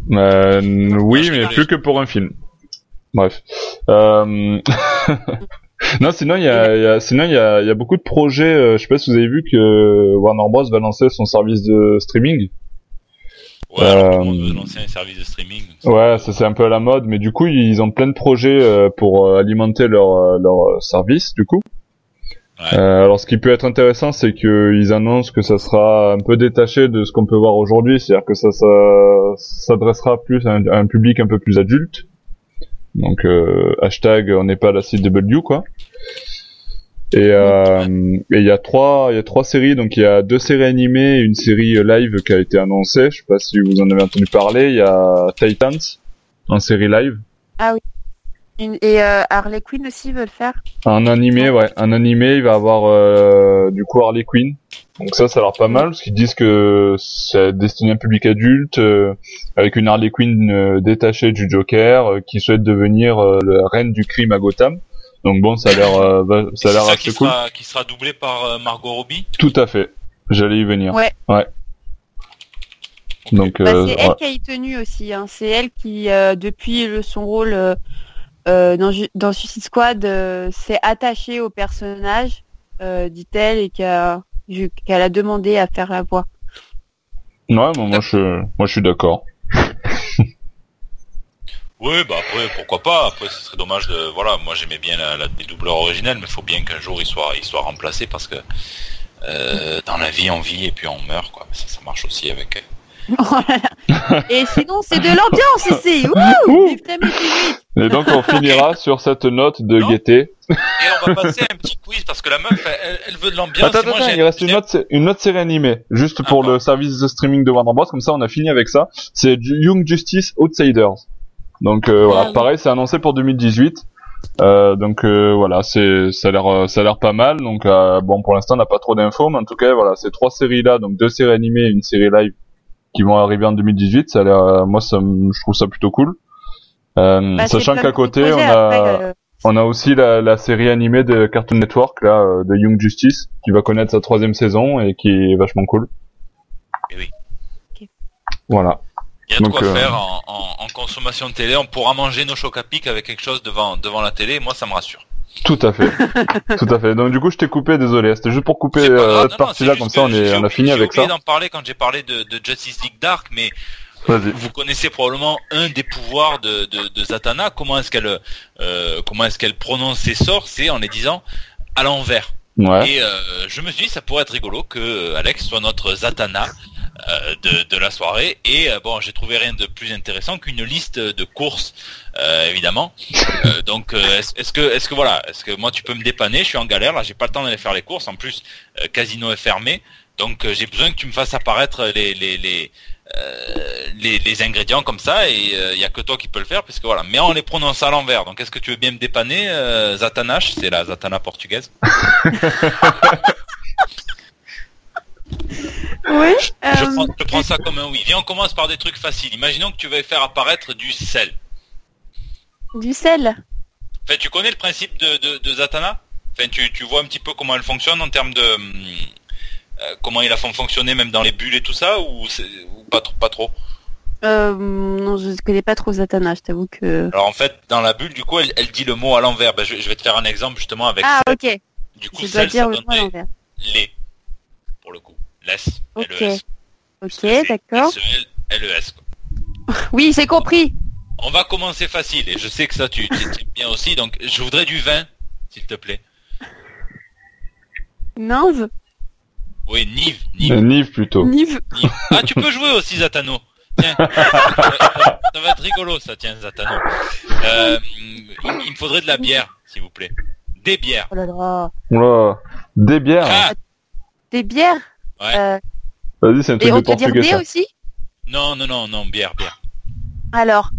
Euh, oui, je mais rigole. plus que pour un film. Bref. Euh... Non, sinon il y a, il y a, sinon il y a, il y a beaucoup de projets. Euh, je sais pas si vous avez vu que Warner Bros va lancer son service de streaming. Ouais, Euh, alors tout le monde veut lancer un service de streaming. donc Ouais, c'est- ça c'est un peu à la mode, mais du coup ils ont plein de projets euh, pour euh, alimenter leur euh, leur service du coup. Ouais. Euh, alors ce qui peut être intéressant, c'est qu'ils annoncent que ça sera un peu détaché de ce qu'on peut voir aujourd'hui, c'est-à-dire que ça, ça s'adressera plus à un, à un public un peu plus adulte. Donc euh, hashtag on n'est pas à la C W quoi. Et euh, et il y a trois il y a trois séries, donc il y a deux séries animées et une série live qui a été annoncée. Je sais pas si vous en avez entendu parler. Il y a Titans en série live. Une- Et euh, Harley Quinn aussi veut le faire. Un animé, ouais, un animé, il va avoir euh, du coup Harley Quinn. Donc ça, ça a l'air pas mal, parce qu'ils disent que c'est destiné à un public adulte, euh, avec une Harley Quinn euh, détachée du Joker, euh, qui souhaite devenir euh, la reine du crime à Gotham. Donc bon, ça a l'air, euh, va- ça a C'est l'air ça assez qui cool. sera, qui sera doublé par euh, Margot Robbie. Tout à fait. J'allais y venir. Ouais. Ouais. Donc, Bah, euh, c'est ouais. elle qui a y tenu aussi. Hein. C'est elle qui, euh, depuis le, son rôle euh, euh, dans, Ju- dans Suicide Squad, euh, s'est attachée au personnage, euh, dit-elle, et qu'a- ju- qu'elle a demandé à faire la voix. Ouais, bon, moi je, moi je suis d'accord. Oui, bah après, pourquoi pas. Après, ce serait dommage de... Voilà, moi j'aimais bien la, la, les doubleurs originels, mais il faut bien qu'un jour ils soient, ils soient remplacés parce que euh, dans la vie, on vit et puis on meurt, quoi. Ça, ça marche aussi avec... euh, Oh là là. Et sinon, c'est de l'ambiance ici. Wouh Ouh. Du thème du public. Et donc on finira sur cette note de Non. gaieté. Et on va passer à un petit quiz parce que la meuf, elle, elle veut de l'ambiance. Attends, et moi, attends, j'ai- il reste une j'ai- autre, sé- une autre série animée, juste pour Ah, le service de streaming de Warner Bros. Comme ça, on a fini avec ça. C'est du Young Justice Outsiders. Donc euh, voilà, oui. pareil, c'est annoncé pour deux mille dix-huit. Euh, donc euh, voilà, c'est ça a l'air euh, ça a l'air pas mal. Donc euh, bon, pour l'instant, on n'a pas trop d'infos, mais en tout cas, voilà, ces trois séries là, donc deux séries animées et une série live qui vont arriver en deux mille dix-huit. Ça a l'air, euh, moi, ça, me- je trouve ça plutôt cool. Euh, Bah, c'est sachant plein qu'à de côté, projets, on a après, euh, on a aussi la, la série animée de Cartoon Network là, euh, de Young Justice, qui va connaître sa troisième saison et qui est vachement cool. Eh oui. Ok. Voilà. Il y a de Donc, quoi euh, faire en, en, en consommation de télé. On pourra manger nos chocs à pic avec quelque chose devant, devant la télé. Et moi, ça me rassure. Tout à fait. Tout à fait. Donc du coup, je t'ai coupé, désolé. C'était juste pour couper C'est pas grave, euh, non, cette non, partie-là, c'est comme juste ça, on que est, j'ai on a oublié- fini j'ai avec oublié ça. d'en parler quand j'ai parlé de, de Justice League Dark, mais Vas-y. vous connaissez probablement un des pouvoirs de, de, de Zatanna. Comment est-ce qu'elle, euh, comment est-ce qu'elle prononce ses sorts? C'est en les disant à l'envers. Ouais. Et euh, je me suis dit, ça pourrait être rigolo que euh, Alex soit notre Zatanna euh, de, de la soirée. Et euh, bon, j'ai trouvé rien de plus intéressant qu'une liste de courses, euh, évidemment. Euh, donc, euh, est-ce, est-ce que, est-ce que voilà, est-ce que moi tu peux me dépanner? Je suis en galère là, j'ai pas le temps d'aller faire les courses. En plus, euh, Casino est fermé, donc euh, j'ai besoin que tu me fasses apparaître les les les euh, les, les ingrédients comme ça. Et il euh, y a que toi qui peux le faire, parce que voilà. Mais on les prononce à l'envers. Donc, est-ce que tu veux bien me dépanner, euh, Zatanache? C'est la Zatanna portugaise. Oui. Je euh, prends, je prends ça comme un oui. Viens, on commence par des trucs faciles. Imaginons que tu veux faire apparaître du sel. Du sel. Enfin, tu connais le principe de, de, de Zatanna? Enfin, tu, tu vois un petit peu comment elle fonctionne en termes de... euh, comment ils la font fonctionner même dans les bulles et tout ça, ou, c'est, ou pas, trop, pas trop? Euh, non, je connais pas trop Zatanna, je t'avoue que... Alors en fait, dans la bulle, du coup, elle, elle dit le mot à l'envers. Ben, je, je vais te faire un exemple justement avec Ah, sel. ok. Du coup, Je dois sel, dire ça le mot à donnerait l'envers. lait, pour le coup. Laisse, Ok. L E S. Ok, d'accord. L E S, quoi. Oui, j'ai compris. On va commencer facile, et je sais que ça, tu tu aimes bien aussi, donc je voudrais du vin, s'il te plaît. Ninze. Oui, Nive, Nive, Euh, Nive plutôt. Nive. Nive. Ah, tu peux jouer aussi, Zatano. Tiens, ça, ça- ça va être rigolo, ça, tiens, Zatano. Euh, il, il me faudrait de la bière, s'il vous plaît. Des bières. Oh là là. Oula. Des bières. Ah, Des bières. ouais. Euh, Vas-y, c'est un et truc on de peut dire portugais des ça. aussi. Non, non, non, non, bière, bière. Alors.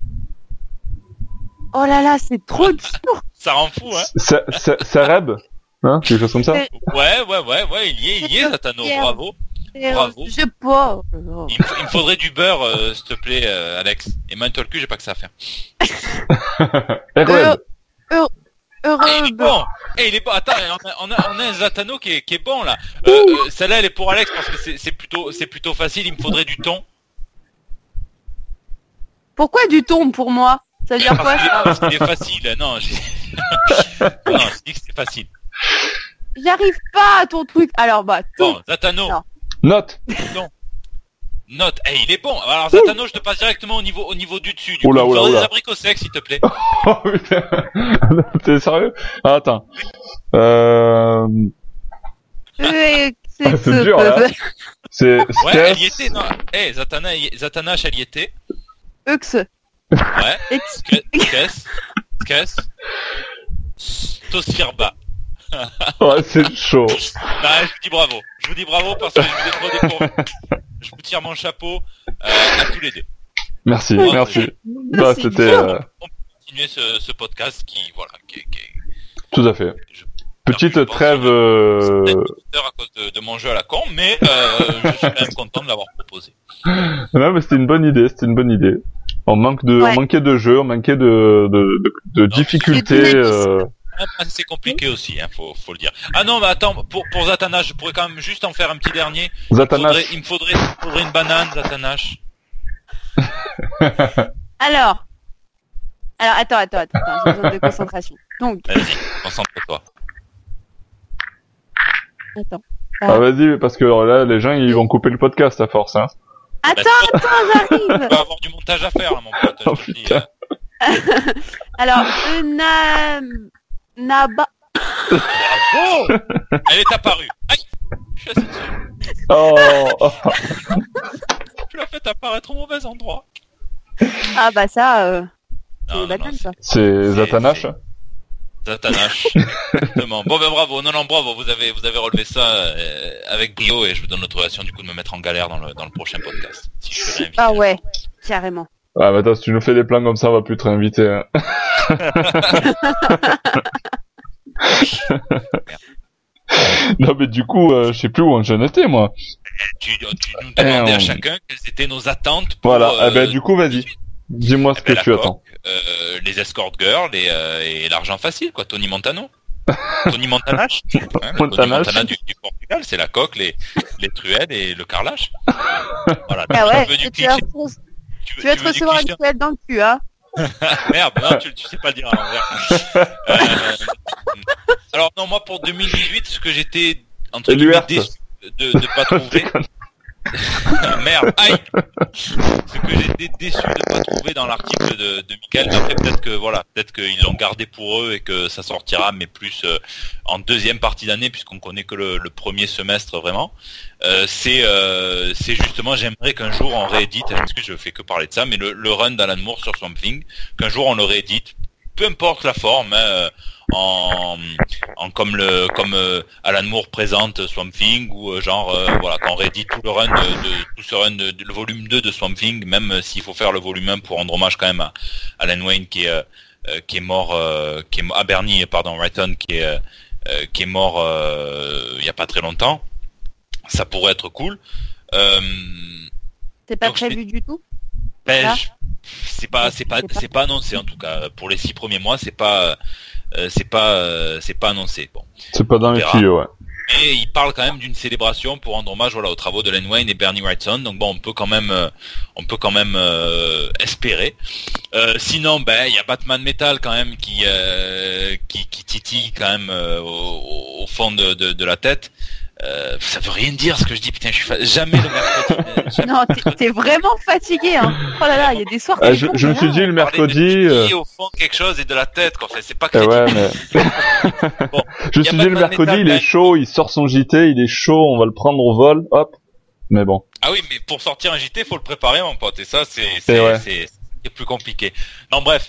Oh là là, c'est trop dur. Ça rend fou, hein? Ça, ça, Sareb, hein, quelque chose comme ça. C'est- Ouais, ouais, ouais, ouais, il y est, il y est, Zatano, Bière. bravo. c'est- Bravo. Je sais pas. Oh là là. Il me, faut- il me faudrait du beurre, euh, s'il te plaît, euh, Alex. Et maintenant le cul, j'ai pas que ça à faire. Erweb. Heureux. Eh, il est bon. Eh, il est bon. Attends, on a, on a, on a un Zatano qui est, qui est bon là. Euh, euh, celle-là, elle est pour Alex parce que c'est, c'est plutôt, c'est plutôt facile. Il me faudrait du thon. Pourquoi du thon pour moi? Ça veut dire quoi ça? Parce qu'il est facile, non, j'ai... non, je dis que c'est facile. J'arrive pas à ton truc. Alors bah, tout. Bon, Zatanna. Non. Note. Non. Note. Eh, il est bon. Alors Zatanna, je te passe directement au niveau, au niveau du dessus. Du Oula, coup, oula, faire oula. des abricots secs, s'il te plaît. Oh putain. T'es sérieux? Ah, attends. Euh... Euh, C'est dur, là. C'est Ouais, elle y Skess. était, non. Eh, Zatanna, y- Zatanna, elle y était. Ux. Ouais. Ex. Skess. Skess. Tosfirba. Ouais, c'est chaud. Bah, je vous dis bravo. Je vous dis bravo parce que je vous ai trop découvert. Je vous tire mon chapeau euh, à tous les deux. Merci, Ouais, merci. ouais. Bah, C'est c'était dur. euh, On peut continuer ce, ce podcast qui, voilà, qui, qui, tout à fait. je- Petite je pense trêve. que Euh... peut-être auditeur à cause de, de mon jeu à la con, mais euh, je suis quand même content de l'avoir proposé. Non, mais c'était une bonne idée. C'était une bonne idée. On manque de, Ouais. on manquait de jeu, on manquait de, de, de, de difficultés. mais- Euh... C'est compliqué aussi, hein, faut, faut le dire. Ah non, mais attends, pour, pour Zatanash, je pourrais quand même juste en faire un petit dernier. Zatanash. Il me faudrait, il me faudrait, il me faudrait une banane, Zatanash. Alors. Alors attends, attends, attends, attends, j'ai besoin de concentration. Donc, Vas-y, concentre-toi. attends. Ah vas-y, parce que là, les gens, ils vont couper le podcast à force. Hein. Attends, Bah, attends, j'arrive. Tu vas avoir du montage à faire, là, mon pote. Oh, je te le dis, putain. hein. Alors, na... Naba... Bravo. Elle est apparue. Aïe, je suis assis dessus. Oh, oh. Tu l'as fait apparaître au mauvais endroit. Ah bah ça, euh, Non, c'est non, banal non, ça. C'est C'est- Zatanash. c'est- Zatanash. Exactement. Bon ben bravo, non non bravo, vous avez vous avez relevé ça euh, avec brio et je vous donne l'autorisation du coup de me mettre en galère dans le dans le prochain podcast. Si je fais réinviter. Ah ouais, carrément. Ah bah attends, si tu nous fais des plans comme ça, on va plus te réinviter. Hein. Non mais du coup, euh, je sais plus où j'en étais moi. Tu, tu nous demandais Eh, on- à chacun quelles étaient nos attentes pour Voilà. euh, Eh ben du coup, vas-y. Dis-moi ce eh ben, que la tu coque, attends. euh, les escort girls et, euh, et l'argent facile quoi, Tony Montano. Tony Montanache, hein, le Tony Montanache. Montana du, du Portugal, c'est la coque, les les truelles et le carrelage. Voilà. Ah ouais, tu veux du tu vas, cliché, te- tu veux, tu vas tu te veux du recevoir une cliché. poêle dans le cul, hein. Merde, non, tu, tu sais pas le dire à l'envers. Euh, alors non, moi pour deux mille dix-huit, ce que j'étais entre Et guillemets l'U R T. déçu de de pas trouver. Merde, aïe. Ce que j'étais déçu de pas trouver dans l'article de, de Michael. Après peut-être que voilà, peut-être qu'ils l'ont gardé pour eux et que ça sortira, mais plus euh, en deuxième partie d'année puisqu'on connaît que le, le premier semestre vraiment. Euh, c'est euh, c'est justement, j'aimerais qu'un jour on réédite, parce que je fais que parler de ça, mais le, le run d'Alan Moore sur Swamp Thing, qu'un jour on le réédite, peu importe la forme, hein, en, en comme le comme euh, Alan Moore présente Swamp Thing ou euh, genre euh, voilà, quand on réédite tout le run de, de tout ce run de, de- le volume deux de Swamp Thing, même euh, s'il faut faire le volume un pour rendre hommage quand même à Alan Wayne qui est euh, euh, qui est mort euh, qui est mo- à Bernie pardon Wrighton qui est euh, euh, qui est mort euh, il y a pas très longtemps. Ça pourrait être cool. Euh, C'est pas Donc, je prévu du tout. ben, Là je- c'est pas, c'est pas, C'est pas- c'est pas annoncé en tout cas. Pour les six premiers mois, c'est pas, euh, c'est pas, euh, c'est pas annoncé. Bon. C'est pas dans les verra. tuyaux, ouais. Et il parle quand même d'une célébration pour rendre hommage, voilà, aux travaux de Len Wayne et Bernie Wrightson. Donc bon, on peut quand même, euh, on peut quand même euh, espérer. Euh, sinon, ben, il y a Batman Metal quand même qui, euh, qui, qui titille quand même euh, au, au fond de, de, de la tête. Euh, ça veut rien dire ce que je dis. Putain, je suis fa... jamais le mercredi. jamais Non, t'es- t'es vraiment fatigué, hein. Oh là là, il y a des soirs. Ah, t'es je, con, je me mais suis là, dit le parler de mercredi. euh, titiller au fond de quelque chose et de la tête, quoi. Enfin, c'est pas eh crédible. ouais, mais... Bon, je me y a suis dit le Batman mercredi, Metal, il quand est même. chaud, il sort son J T, il est chaud, on va le prendre au vol, hop. Mais bon. Ah oui, mais pour sortir un J T, faut le préparer, mon pote. Et ça, c'est, Et c'est, ouais. c'est, c'est plus compliqué. Non, bref.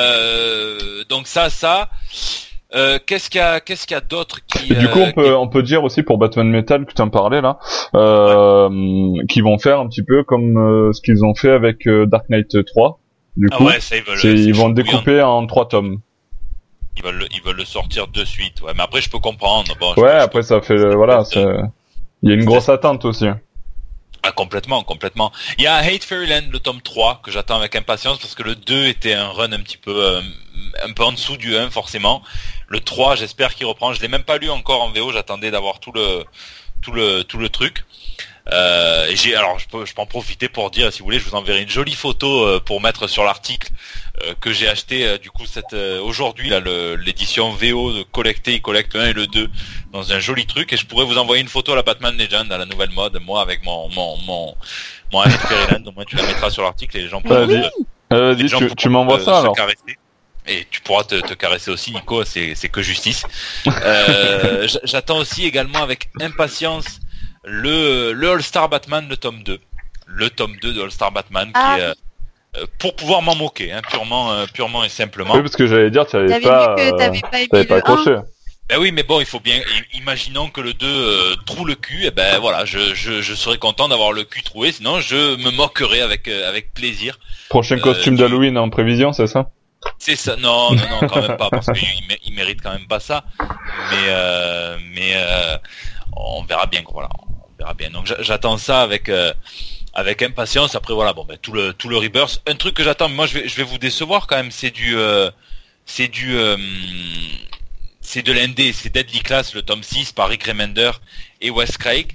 Euh, donc ça, ça. Euh, qu'est-ce qu'il y a, qu'est-ce qu'il y a d'autre qui, Et du coup, euh, on peut, on peut dire aussi pour Batman Metal que tu en parlais là, euh, qu'ils vont faire un petit peu comme euh, ce qu'ils ont fait avec euh, Dark Knight trois. Du Ah coup, ouais, ça, ils veulent, c'est- c'est ils vont chaud le bouillant. découper en trois tomes. Ils veulent, le- ils veulent le sortir de suite. Ouais, mais après, je peux comprendre. Bon, je- Ouais, je- après ça fait, euh, voilà, c'est- il y a une grosse attente aussi. Ah, complètement, complètement. Il y a Hate Fairyland, le tome trois, que j'attends avec impatience parce que le deux était un run un petit peu, euh, un peu en dessous du un, forcément. Le trois, j'espère qu'il reprend. Je l'ai même pas lu encore en V O, j'attendais d'avoir tout le, tout le, tout le truc. Euh, et j'ai, alors, je peux, je peux en profiter pour dire, si vous voulez, je vous enverrai une jolie photo euh, pour mettre sur l'article euh, que j'ai acheté euh, du coup cette euh, aujourd'hui là le, l'édition V O de Collecté, il collecte un et le deux dans un joli truc, et je pourrais vous envoyer une photo à la Batman Legend à la nouvelle mode, moi avec mon mon mon mon Alex Fairyland, au moins tu la mettras sur l'article et les gens pourront Vas-y, euh, vas-y tu, tu m'envoies ça alors. Caresser. Et tu pourras te, te caresser aussi, Nico, c'est, c'est que justice. Euh, j'attends aussi également avec impatience le, le All-Star Batman, le tome deux. Le tome deux de All-Star Batman, ah. qui est, euh, pour pouvoir m'en moquer, hein, purement, euh, purement et simplement. Oui, parce que j'allais dire, tu avais pas, dit que t'avais pas, t'avais pas accroché. Ben oui, mais bon, il faut bien, imaginons que le deux euh, troue le cul, et ben voilà, je, je, je serais content d'avoir le cul troué, sinon je me moquerai avec, euh, avec plaisir. Prochain costume euh, d'Halloween en prévision, c'est ça? C'est ça, non, non, non, quand même pas, parce qu'il il mérite quand même pas ça. Mais, euh, mais euh, on verra bien, quoi, voilà, on verra bien. Donc j'attends ça avec, euh, avec impatience. Après voilà, bon, ben tout le, tout le Rebirth. Un truc que j'attends, mais moi je vais, je vais vous décevoir quand même. C'est du, euh, c'est du, euh, c'est de l'N D, c'est Deadly Class, le tome six par Rick Remender et Wes Craig.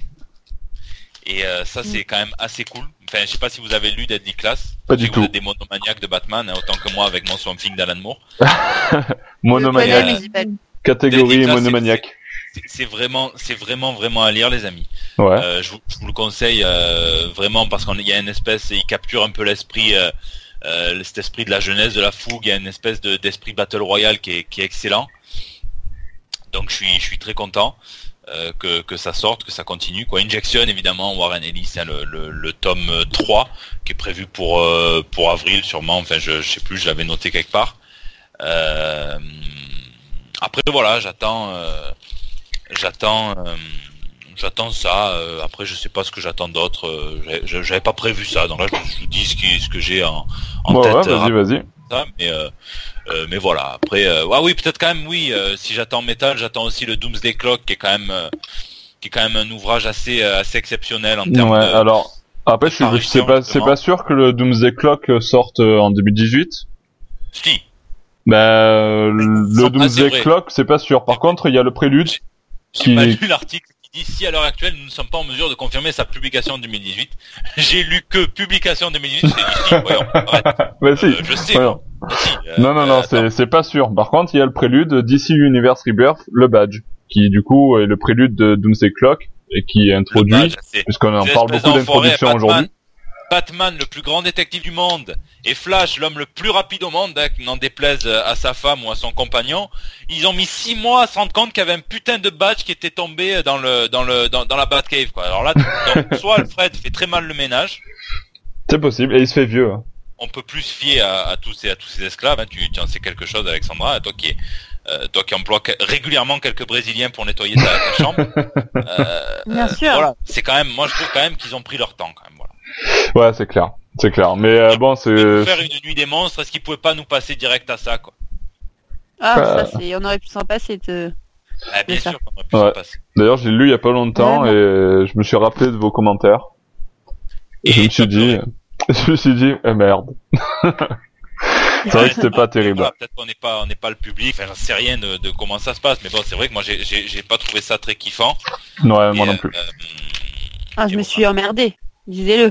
Et euh, ça c'est quand même assez cool. Enfin, je sais pas si vous avez lu Deadly Class. Pas du tout. Vous êtes des monomaniaques de Batman, hein, autant que moi avec mon Swamp Thing d'Alan Moore. Monomaniaque. Euh, Catégorie Class, monomaniaque. C'est, c'est, c'est vraiment, c'est vraiment, vraiment à lire, les amis. Ouais. Euh, je, vous, je vous le conseille euh, vraiment parce qu'il y a une espèce, il capture un peu l'esprit, euh, euh, cet esprit de la jeunesse, de la fougue. Il y a une espèce de, d'esprit Battle Royale qui est, qui est excellent. Donc je suis, je suis très content. Euh, que, que ça sorte, que ça continue, quoi. Injection, évidemment, Warren Ellis, hein, le, le, le tome trois, qui est prévu pour, euh, pour avril, sûrement, enfin, je, je sais plus, je l'avais noté quelque part. Euh, après, voilà, j'attends, euh, j'attends, euh, j'attends ça, euh, après, je sais pas ce que j'attends d'autre, euh, j'avais, j'avais pas prévu ça, donc là, je, je vous dis ce, qui, ce que j'ai en, en ouais, tête. Ouais, vas-y, vas-y. Ça, mais, euh, euh, mais voilà, après, euh, ah oui, peut-être quand même, oui, euh, si j'attends Metal, j'attends aussi le Doomsday Clock, qui est quand même, euh, qui est quand même un ouvrage assez, euh, assez exceptionnel en termes ouais, de... alors, après, je suis, c'est pas, c'est pas sûr que le Doomsday Clock sorte en deux mille dix-huit. Si. Bah, le Doomsday ah, Clock, c'est pas sûr. Par contre, il y a le prélude j'ai, qui... J'ai pas lu l'article qui dit si à l'heure actuelle, nous ne sommes pas en mesure de confirmer sa publication en deux mille dix-huit. J'ai lu que publication en deux mille dix-huit, j'ai dit, voyons, arrête. Bah si, euh, je sais. voyons. Si, euh, non, non, non, euh, c'est, c'est pas sûr. Par contre, il y a le prélude D C Universe Rebirth, le badge, qui du coup est le prélude de Doomsday Clock, et qui est introduit, badge, puisqu'on en parle beaucoup d'introduction Batman, aujourd'hui. Batman, le plus grand détective du monde, et Flash, l'homme le plus rapide au monde, hein, n'en déplaise à sa femme ou à son compagnon, ils ont mis six mois à se rendre compte qu'il y avait un putain de badge qui était tombé dans le dans le dans, dans la Batcave, quoi. Alors là, donc, soit Alfred fait très mal le ménage. C'est possible, et il se fait vieux. Hein. On peut plus se fier à, à tous ces à tous ces esclaves. Hein. Tu, tu en sais quelque chose, Alexandra, toi qui euh, toi qui emploie régulièrement quelques Brésiliens pour nettoyer ta, ta chambre. Euh, Bien euh, sûr. Voilà, c'est quand même, moi je trouve quand même qu'ils ont pris leur temps, quand même. Voilà. Ouais, c'est clair, c'est clair. Mais euh, bon, c'est. Faire une nuit des monstres, est-ce qu'ils pouvaient pas nous passer direct à ça, quoi? Ah, euh... ça c'est, on aurait pu s'en passer. De... Ah, bien de sûr, ça. qu'on aurait pu ouais. s'en passer. D'ailleurs, j'ai lu il y a pas longtemps ouais, et je me suis rappelé de vos commentaires. Et je me suis dit, je me suis dit, eh merde. C'est vrai que c'était pas terrible. Voilà, peut-être qu'on n'est pas, on n'est pas le public. Enfin, j'en sais rien de, de comment ça se passe, mais bon, c'est vrai que moi, j'ai, j'ai, j'ai pas trouvé ça très kiffant. Ouais, moi et, non plus. Euh, ah, je me suis emmerdé. Disez-le.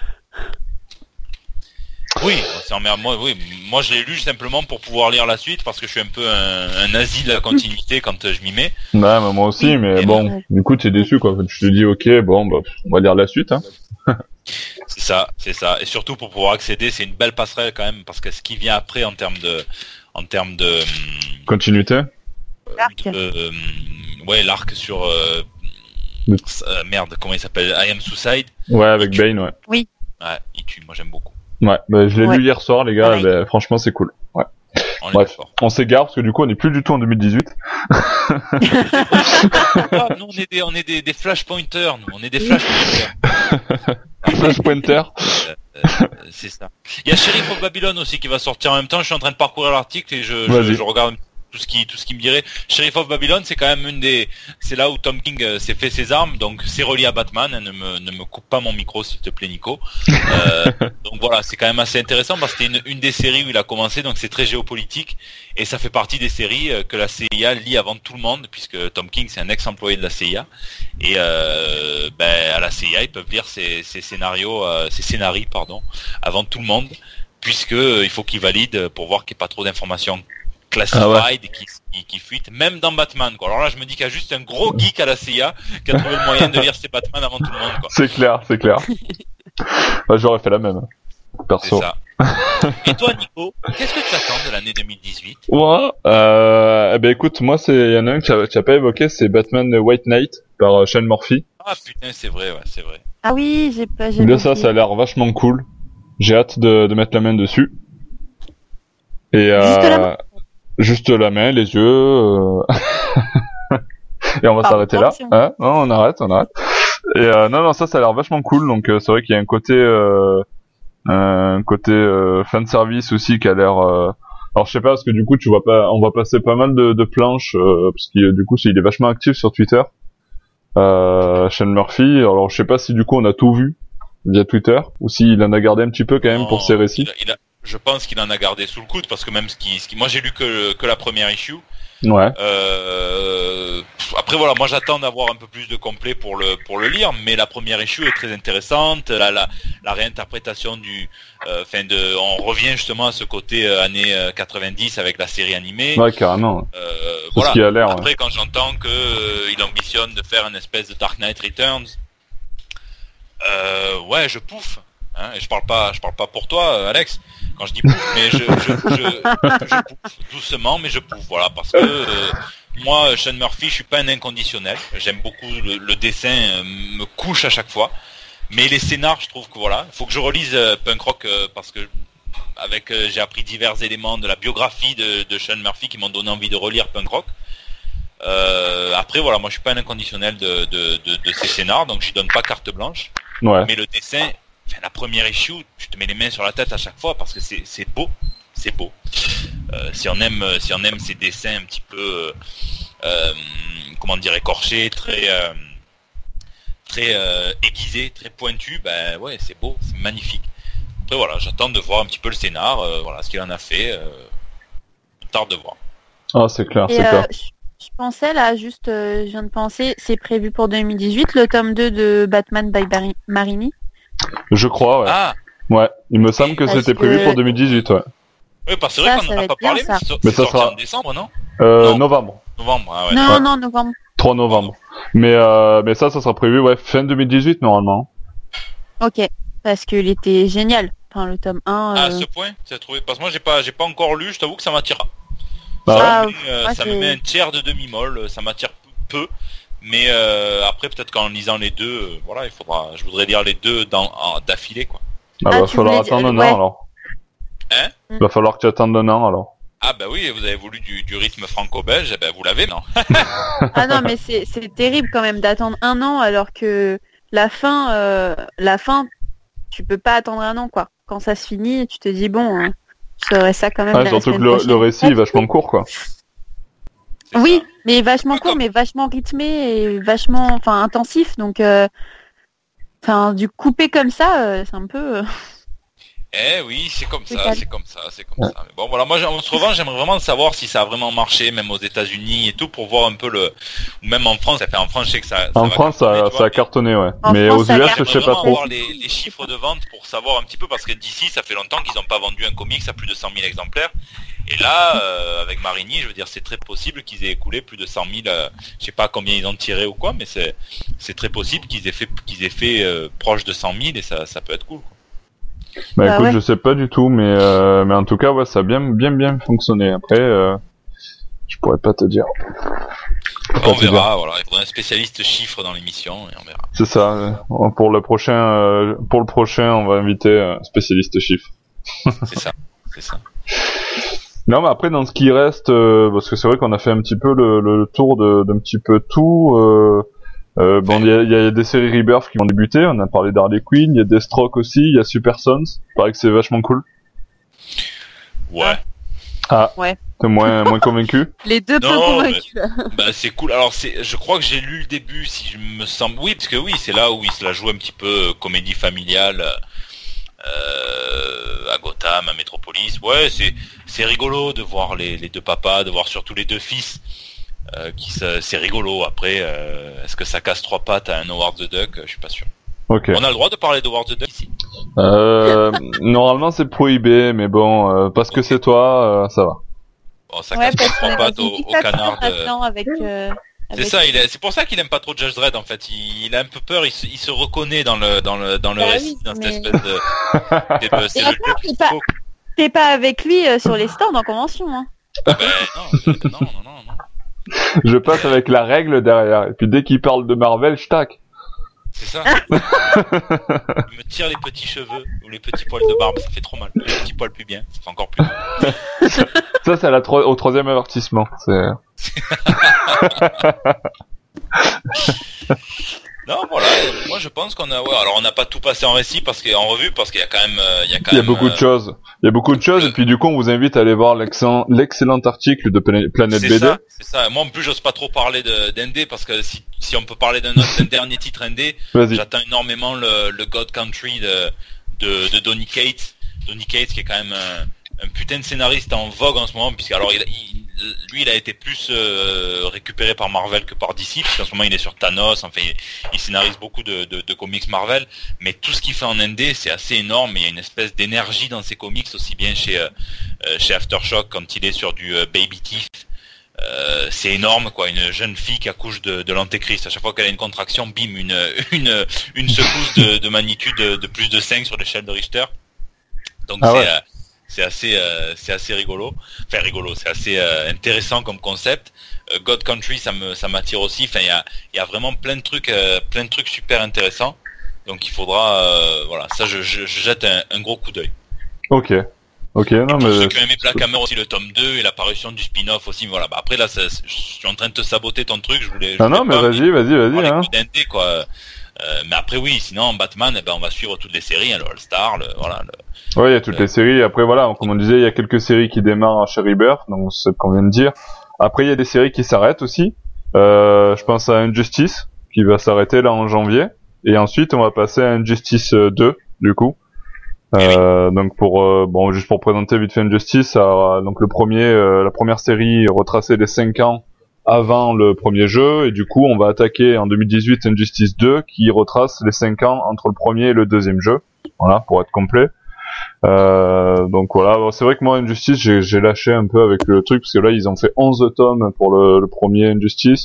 Oui, c'est emmerdant. Moi, oui, moi, je l'ai lu simplement pour pouvoir lire la suite parce que je suis un peu un, un nazi de la continuité quand je m'y mets. Ouais, mais moi aussi, mais et bon, ben... du coup, t'es déçu, quoi. Tu te dis, ok, bon, bah, on va lire la suite, hein. C'est ça, c'est ça. Et surtout pour pouvoir accéder, c'est une belle passerelle quand même, parce que ce qui vient après en termes de, en termes de continuité. L'arc. Euh, ouais, l'arc sur euh, le... euh, merde, comment il s'appelle, I Am Suicide. Ouais, avec Bane, ouais. Oui. Ouais, il tue. Moi, j'aime beaucoup. Ouais, bah, je l'ai ouais. lu hier soir, les gars. Bah, franchement, c'est cool. Ouais. On Bref, on s'égare parce que du coup, on n'est plus du tout en deux mille dix-huit. Ah, nous, on est des, on est des, des flash pointers. Nous, on est des flash pointers. Flash pointer. Euh, euh, c'est ça. Il y a Sheriff of Babylon aussi qui va sortir en même temps. Je suis en train de parcourir l'article et je, je, je regarde tout ce qui, tout ce qui me dirait. Sheriff of Babylon, c'est quand même une des, c'est là où Tom King euh, s'est fait ses armes, donc c'est relié à Batman. Hein, ne me, ne me coupe pas mon micro, s'il te plaît, Nico. Euh, donc voilà, c'est quand même assez intéressant parce que c'était une, une des séries où il a commencé, donc c'est très géopolitique et ça fait partie des séries euh, que la C I A lit avant tout le monde, puisque Tom King c'est un ex-employé de la C I A et euh, ben à la C I A ils peuvent lire ses, ses scénarios, euh, ses scénarii pardon, avant tout le monde. puisque euh, il faut qu'il valide pour voir qu'il n'y ait pas trop d'informations classified ah ouais. et qui, qui, qui fuitent, même dans Batman, quoi. Alors là, je me dis qu'il y a juste un gros geek à la C I A qui a trouvé le moyen de lire ses Batman avant tout le monde, quoi. C'est clair, c'est clair. Bah, j'aurais fait la même, perso. C'est ça. Et toi, Nico, qu'est-ce que tu attends de l'année deux mille dix-huit? Ouais, euh, eh ben écoute, moi, c'est, il y en a un que tu n'as pas évoqué, c'est Batman White Knight par Sean Murphy. Ah putain, c'est vrai, ouais, c'est vrai. Ah oui, j'ai pas, j'ai Là, ça, ça a l'air vachement cool. J'ai hâte de, de mettre la main dessus. Et, Juste euh, la main. Juste la main, les yeux, euh... et on va Pardon, s'arrêter là. si on... Hein non, on arrête, on arrête. Et euh, non, non, ça, ça a l'air vachement cool. Donc euh, c'est vrai qu'il y a un côté, euh, un côté euh, fan service aussi qui a l'air. Euh... Alors je sais pas parce que du coup tu vois pas, on va passer pas mal de, de planches euh, parce qu'il du coup il est vachement actif sur Twitter. Euh, Sean Murphy. Alors je sais pas si du coup on a tout vu via Twitter ou s'il en a gardé un petit peu quand même non, pour ses récits. Il a, il a... Je pense qu'il en a gardé sous le coude parce que même ce qui, ce qui... moi j'ai lu que, que la première issue. Ouais. Euh... Après voilà, moi j'attends d'avoir un peu plus de complet pour le pour le lire, mais la première issue est très intéressante. La la, la réinterprétation du, enfin euh, de, on revient justement à ce côté euh, années quatre-vingt-dix avec la série animée. Ouais, carrément. Euh, C'est voilà. ce qui a l'air. Après ouais. quand j'entends que euh, il ambitionne de faire une espèce de Dark Knight Returns, euh, ouais, je pouffe. Hein, et je parle pas, je parle pas pour toi, Alex, quand je dis pouf, mais je, je, je, je pouffe doucement, mais je pouffe, voilà, parce que euh, moi, Sean Murphy, je suis pas un inconditionnel. J'aime beaucoup le, le dessin, euh, me couche à chaque fois, mais les scénars, je trouve que voilà, il faut que je relise euh, Punk Rock euh, parce que avec, euh, j'ai appris divers éléments de la biographie de, de Sean Murphy qui m'ont donné envie de relire Punk Rock. Euh, après, voilà, moi, je suis pas un inconditionnel de, de, de, de ces scénars, donc je donne pas carte blanche. Ouais. Mais le dessin. Enfin, la première issue, tu te mets les mains sur la tête à chaque fois parce que c'est c'est beau, c'est beau. Euh, si on aime si on aime ces dessins un petit peu euh, comment dire écorchés, très euh, très euh, aiguisés, très pointus, ben ouais, c'est beau, c'est magnifique. Après voilà, j'attends de voir un petit peu le scénar, euh, voilà ce qu'il en a fait. Euh, je tarde de voir. Ah c'est clair, Et c'est euh, clair. Je, je pensais là, juste, euh, je viens de penser, c'est prévu pour deux mille dix-huit le tome deux de Batman by Barry, Marini. Je crois, ouais. Ah. Ouais, il me semble que Parce c'était que... prévu pour deux mille dix-huit, ouais. Oui, parce que c'est vrai Ça, qu'on ça n'en a va pas être bien, parlé, ça. mais c'est Mais c'est ça sorti sera- en décembre, non? Euh, Non. novembre. Novembre, ah ouais. Non, Ouais. non, novembre. trois novembre. Mais euh, mais ça, ça sera prévu, ouais, fin deux mille dix-huit, normalement. Ok, parce qu'il était génial. Enfin, le tome un. Ah, Euh... à ce point, tu as trouvé? Parce que moi, j'ai pas, j'ai pas encore lu. Je t'avoue que ça m'attire. Bah ça ouais. me met, euh, Ah, ça c'est- me met un tiers de demi-molle. Ça m'attire peu. Mais euh, après, peut-être qu'en lisant les deux, euh, voilà, il faudra. Je voudrais lire les deux dans, en- d'affilée, quoi. Ah, Ah, va tu falloir voulais dire- attendre un ouais. an, alors. Hein? Va falloir que tu attendes un an, alors. Ah bah oui, vous avez voulu du, du rythme franco-belge, eh ben vous l'avez, non? Ah non, mais c'est c'est terrible quand même d'attendre un an alors que la fin, euh, la fin, tu peux pas attendre un an quoi. Quand ça se finit, tu te dis bon, hein, je saurai ça quand même. Ouais, la surtout que semaine le, prochaine. le récit est vachement court, quoi. C'est Oui, ça. mais vachement Ouais, court, comme- mais vachement rythmé et vachement, enfin intensif. Donc, euh, enfin, du couper comme ça, euh, c'est un peu. euh, Eh oui, c'est comme C'est ça, calme. c'est comme ça, c'est comme ça. Mais bon, voilà, moi, en se revanche, j'aimerais vraiment savoir si ça a vraiment marché, même aux États-Unis et tout, pour voir un peu le, ou même en France. Ça fait en France, je sais que ça. ça En va France, cartonner, ça, tu ça vois, a cartonné, ouais. En Mais France, aux ça a U S, je cartonné. sais pas J'aimerais trop. avoir les, les chiffres de vente pour savoir un petit peu parce que d'ici ça fait longtemps qu'ils n'ont pas vendu un comics à plus de cent mille exemplaires et là euh, avec Marini je veux dire c'est très possible qu'ils aient écoulé plus de cent mille euh, je sais pas combien ils ont tiré ou quoi mais c'est c'est très possible qu'ils aient fait qu'ils aient fait euh, proche de cent mille et ça ça peut être cool quoi. Bah Bah écoute, ouais. je sais pas du tout, mais euh, mais en tout cas, ouais, ça a bien bien bien fonctionné. Après, euh, je pourrais pas te dire. Je pourrais On pas te dire. verra voilà il faudrait un spécialiste chiffre dans l'émission et on verra. C'est ça. euh, Pour le prochain, euh, pour le prochain, on va inviter un spécialiste chiffres. C'est ça c'est ça. Non, mais après, dans ce qui reste, euh, parce que c'est vrai qu'on a fait un petit peu le, le tour de, d'un petit peu tout. Euh, euh, bon, il y a, il y a des séries Rebirth qui vont débuter. On a parlé d'Harley Quinn, il y a Deathstroke aussi, il y a Super Sons. Il paraît que c'est vachement cool. Ouais. Ah. Ouais. T'es moins moins convaincu. Les deux peu Non, convaincus. là. Bah c'est cool. Alors c'est, je crois que j'ai lu le début, si je me semble. Oui, parce que oui, c'est là où il se la joue un petit peu euh, comédie familiale euh, à Gotham, à Metropolis. Ouais, c'est c'est rigolo de voir les, les deux papas, de voir surtout les deux fils. Euh, qui se- c'est rigolo. Après, euh, est-ce que ça casse trois pattes à un Howard the Duck? Je suis pas sûr. Ok. On a le droit de parler de Howard the Duck ici. Euh, normalement c'est prohibé, mais bon, euh, parce que c'est toi, euh, ça va. Bon, ça Ouais, casse parce pas que pattes il au, dit au ça canard trop de... maintenant avec. Euh, C'est avec- ça, il est... c'est pour ça qu'il aime pas trop Judge Dredd en fait. Il, il a un peu peur, il se, il se reconnaît dans le dans le dans le Bah récit, oui, dans cette mais- espèce de. C'est le, c'est Et le encore, jeu c'est pas- faux. T'es pas avec lui euh, sur les stands en convention, hein. Ben non, je- non, non, non, non. Je passe avec la règle derrière, et puis dès qu'il parle de Marvel, je tac. C'est ça. Il me tire les petits cheveux ou les petits poils de barbe, ça fait trop mal. Les petits poils plus bien, ça fait encore plus mal. Ça c'est à la tro- au troisième avertissement. C'est... Non, voilà. et Moi, je pense qu'on a. Ouais, alors, on n'a pas tout passé en récit parce qu'en revue, parce qu'il y a quand même, euh, il y a quand Il y a même. beaucoup de euh, choses. Il y a beaucoup de choses, et puis du coup on vous invite à aller voir l'excellent, l'excellent article de Pla- Planète C'est B D. ça, c'est ça. Moi, en plus, j'ose pas trop parler de d'N D parce que si si on peut parler d'un autre, d'un dernier titre N D, Vas-y. j'attends énormément le, le God Country de de, de Donny Cates. Donny Cates qui est quand même un, un putain de scénariste en vogue en ce moment, puisque alors il, il- lui il a été plus euh, récupéré par Marvel que par D C, puisqu'en ce moment il est sur Thanos. Enfin, il, il scénarise beaucoup de, de, de comics Marvel, mais tout ce qu'il fait en N D c'est assez énorme. Et il y a une espèce d'énergie dans ses comics, aussi bien chez euh, euh, chez Aftershock quand il est sur du euh, Baby Teeth. Euh, c'est énorme quoi, une jeune fille qui accouche de, de l'antéchrist. À chaque fois qu'elle a une contraction, bim, une une une secousse de, de magnitude de, de plus de cinq sur l'échelle de Richter. Donc Ah c'est ouais. euh, c'est assez euh, c'est assez rigolo. Enfin rigolo, c'est assez euh, intéressant comme concept. Euh, God Country, ça me ça m'attire aussi. Enfin il y a il y a vraiment plein de trucs euh, plein de trucs super intéressants. Donc il faudra euh, voilà, ça je, je, je jette un, un gros coup d'œil. Ok. Ok, non Pour mais... ceux qui ont aimé Black Hammer aussi, le tome deux et l'apparition du spin-off aussi, voilà. Bah après là, ça, je suis en train de te saboter ton truc, je voulais. Je Non, non, voulais mais pas, vas-y, vas-y, voir vas-y, les hein. coups d'N D, quoi. Euh, mais après oui, sinon en Batman, eh ben on va suivre toutes les séries, hein, le All Star, le voilà. Le... Ouais, il y a toutes les séries. Après, voilà, comme on disait, il y a quelques séries qui démarrent chez Rebirth, donc c'est ce qu'on vient de dire. Après, il y a des séries qui s'arrêtent aussi. Euh, je pense à Injustice, qui va s'arrêter là en janvier. Et ensuite, on va passer à Injustice deux, du coup. Euh, donc pour euh, bon, juste pour présenter vite fait Injustice, euh, donc le premier, euh, la première série retraçait les cinq ans avant le premier jeu, et du coup, on va attaquer en deux mille dix-huit Injustice deux, qui retrace les cinq ans entre le premier et le deuxième jeu. Voilà, pour être complet. Euh, donc voilà, bon, c'est vrai que moi Injustice j'ai, j'ai lâché un peu avec le truc parce que là ils ont fait onze tomes pour le, le premier Injustice.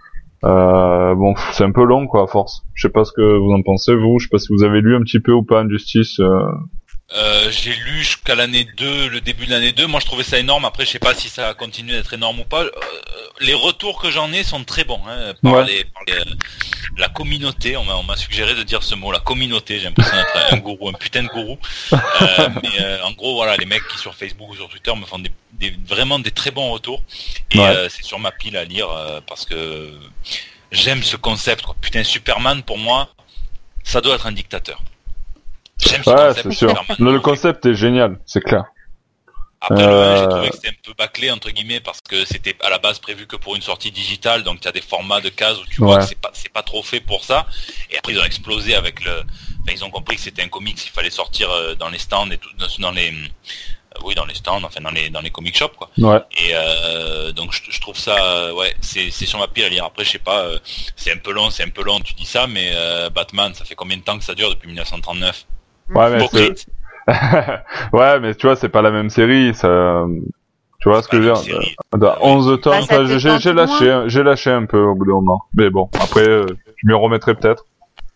Euh, bon, c'est un peu long quoi à force. Je sais pas ce que vous en pensez vous, je sais pas si vous avez lu un petit peu ou pas Injustice. Euh... Euh, j'ai lu jusqu'à l'année deux, le début de l'année deux, moi je trouvais ça énorme, après je sais pas si ça continue d'être énorme ou pas. Euh, les retours que j'en ai sont très bons, hein, par, Ouais. les, par les, euh, la communauté, on m'a, on m'a suggéré de dire ce mot, la communauté, j'ai l'impression d'être un gourou, un putain de gourou. Euh, mais euh, en gros voilà, les mecs qui sur Facebook ou sur Twitter me font des, des, vraiment des très bons retours, et Ouais. euh, c'est sur ma pile à lire, euh, parce que j'aime ce concept, quoi. Putain, Superman pour moi, ça doit être un dictateur. J'aime ce Ouais, concept, c'est sûr. Superman. Le, le concept est génial, c'est clair. Après le un, Euh, j'ai trouvé que c'était un peu bâclé entre guillemets parce que c'était à la base prévu que pour une sortie digitale, donc tu as des formats de cases où tu vois Ouais. que c'est pas c'est pas trop fait pour ça. Et après ils ont explosé avec le, enfin, ils ont compris que c'était un comics, il fallait sortir euh, dans les stands et tout, dans les, euh, oui dans les stands, enfin dans les dans les comic shops quoi. Ouais. Et euh, donc je, je trouve ça, euh, ouais, c'est c'est sur ma pile à lire. Après je sais pas, euh, c'est un peu long, c'est un peu long, tu dis ça, mais euh, Batman, ça fait combien de temps que ça dure depuis mille neuf cent trente-neuf? Ouais, mais Hypocrite. c'est... ouais, mais tu vois, c'est pas la même série, ça... Tu vois ce que je veux dire? Série. Dans onze tomes, Bah, ça enfin, j'ai, dépend j'ai du lâché, j'ai lâché un peu au bout d'un moment. Mais bon, après, euh, je m'y remettrai peut-être.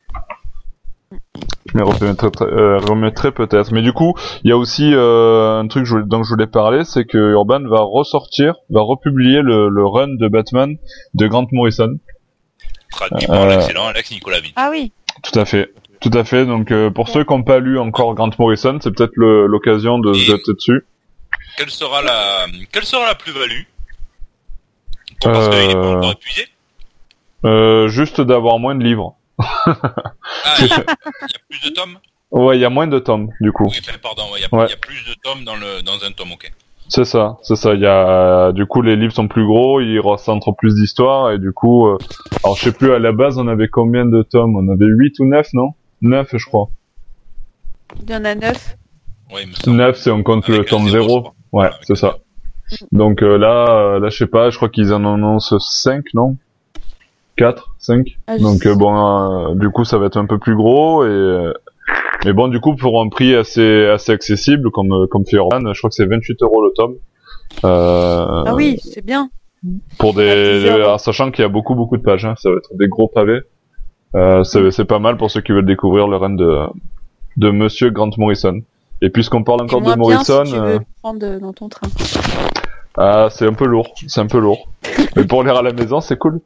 Je m'y remettrai, euh, remettrai peut-être. Mais du coup, il y a aussi euh, un truc je voulais- dont je voulais parler, c'est que Urban va ressortir, va republier le, le run de Batman de Grant Morrison. Traduit par Euh, l'excellent Alex Nicolas Vite. Ah oui. Tout à fait. Tout à fait. Donc, euh, pour ceux qui n'ont pas lu encore Grant Morrison, c'est peut-être le- l'occasion de se Et- jeter dessus. Quelle sera la, quelle sera la plus-value? Parce Euh, qu'il est pas encore épuisé. Euh, juste d'avoir moins de livres. Ah, il y, a, il y a plus de tomes? Ouais, il y a moins de tomes, du coup. Oui, enfin, pardon, ouais, il y, a, Ouais. il y a plus de tomes dans le, dans un tome, ok. C'est ça, c'est ça. Il y a, du coup, les livres sont plus gros, ils recentrent plus d'histoires, et du coup, euh... alors je sais plus, à la base, on avait combien de tomes? On avait huit ou neuf, non? neuf, je crois. Il y en a neuf. Oui, il me semble. neuf, c'est on compte Avec le un tome zéro, je zéro. crois. Ouais, Avec c'est un ça. Donc euh, là, euh, là, je sais pas, je crois qu'ils en annoncent cinq, non? quatre. cinq. Ah, Donc euh, bon, euh, du coup, ça va être un peu plus gros et euh, mais bon, du coup, pour un prix assez assez accessible, comme euh, comme fait Orban, je crois que c'est vingt-huit euros le tome. Euh, Ah oui, c'est bien. Pour des, plusieurs. alors, sachant qu'il y a beaucoup beaucoup de pages, hein, ça va être des gros pavés. Euh, c'est, Mm. c'est pas mal pour ceux qui veulent découvrir le règne de de Monsieur Grant Morrison. Et puisqu'on parle Et encore de moins bien si Morrison, tu veux euh, le prendre euh, dans ton train. ah, c'est un peu lourd, c'est un peu lourd. Mais pour lire à la maison, c'est cool.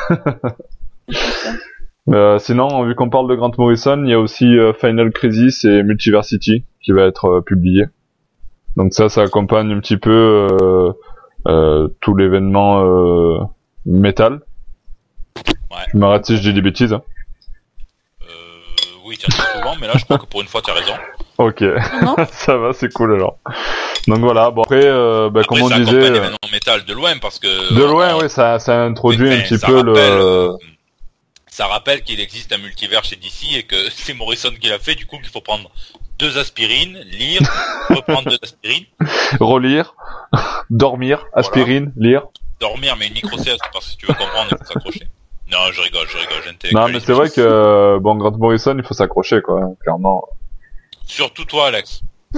Euh, sinon, vu qu'on parle de Grant Morrison, il y a aussi euh, Final Crisis et Multiversity qui va être euh, publié. Donc ça, ça accompagne un petit peu euh, euh, tout l'événement euh, métal. Ouais. Je m'arrête si je dis des bêtises. Hein. Euh, oui, tu as dit souvent, mais là, je crois que pour une fois, tu as raison. Ok, Non ça va, c'est cool alors. Donc voilà, bon après, euh, bah, Après, comme on ça disait, accompagne euh, l'événement métal de loin, parce que... de loin, on- oui, ça, ça introduit Enfin, un petit ça peu rappelle, le. euh, ça rappelle qu'il existe un multivers chez D C et que c'est Morrison qui l'a fait, du coup qu'il faut prendre deux aspirines, lire, reprendre deux aspirines, relire, dormir, aspirine, lire. dormir, mais une micro-sieste parce que si tu veux comprendre, il faut s'accrocher. Non, je rigole, je rigole, j'intellectualise. Non, mais c'est vrai que euh, bon, Grant Morrison, il faut s'accrocher, quoi, hein, clairement. Surtout toi, Alex.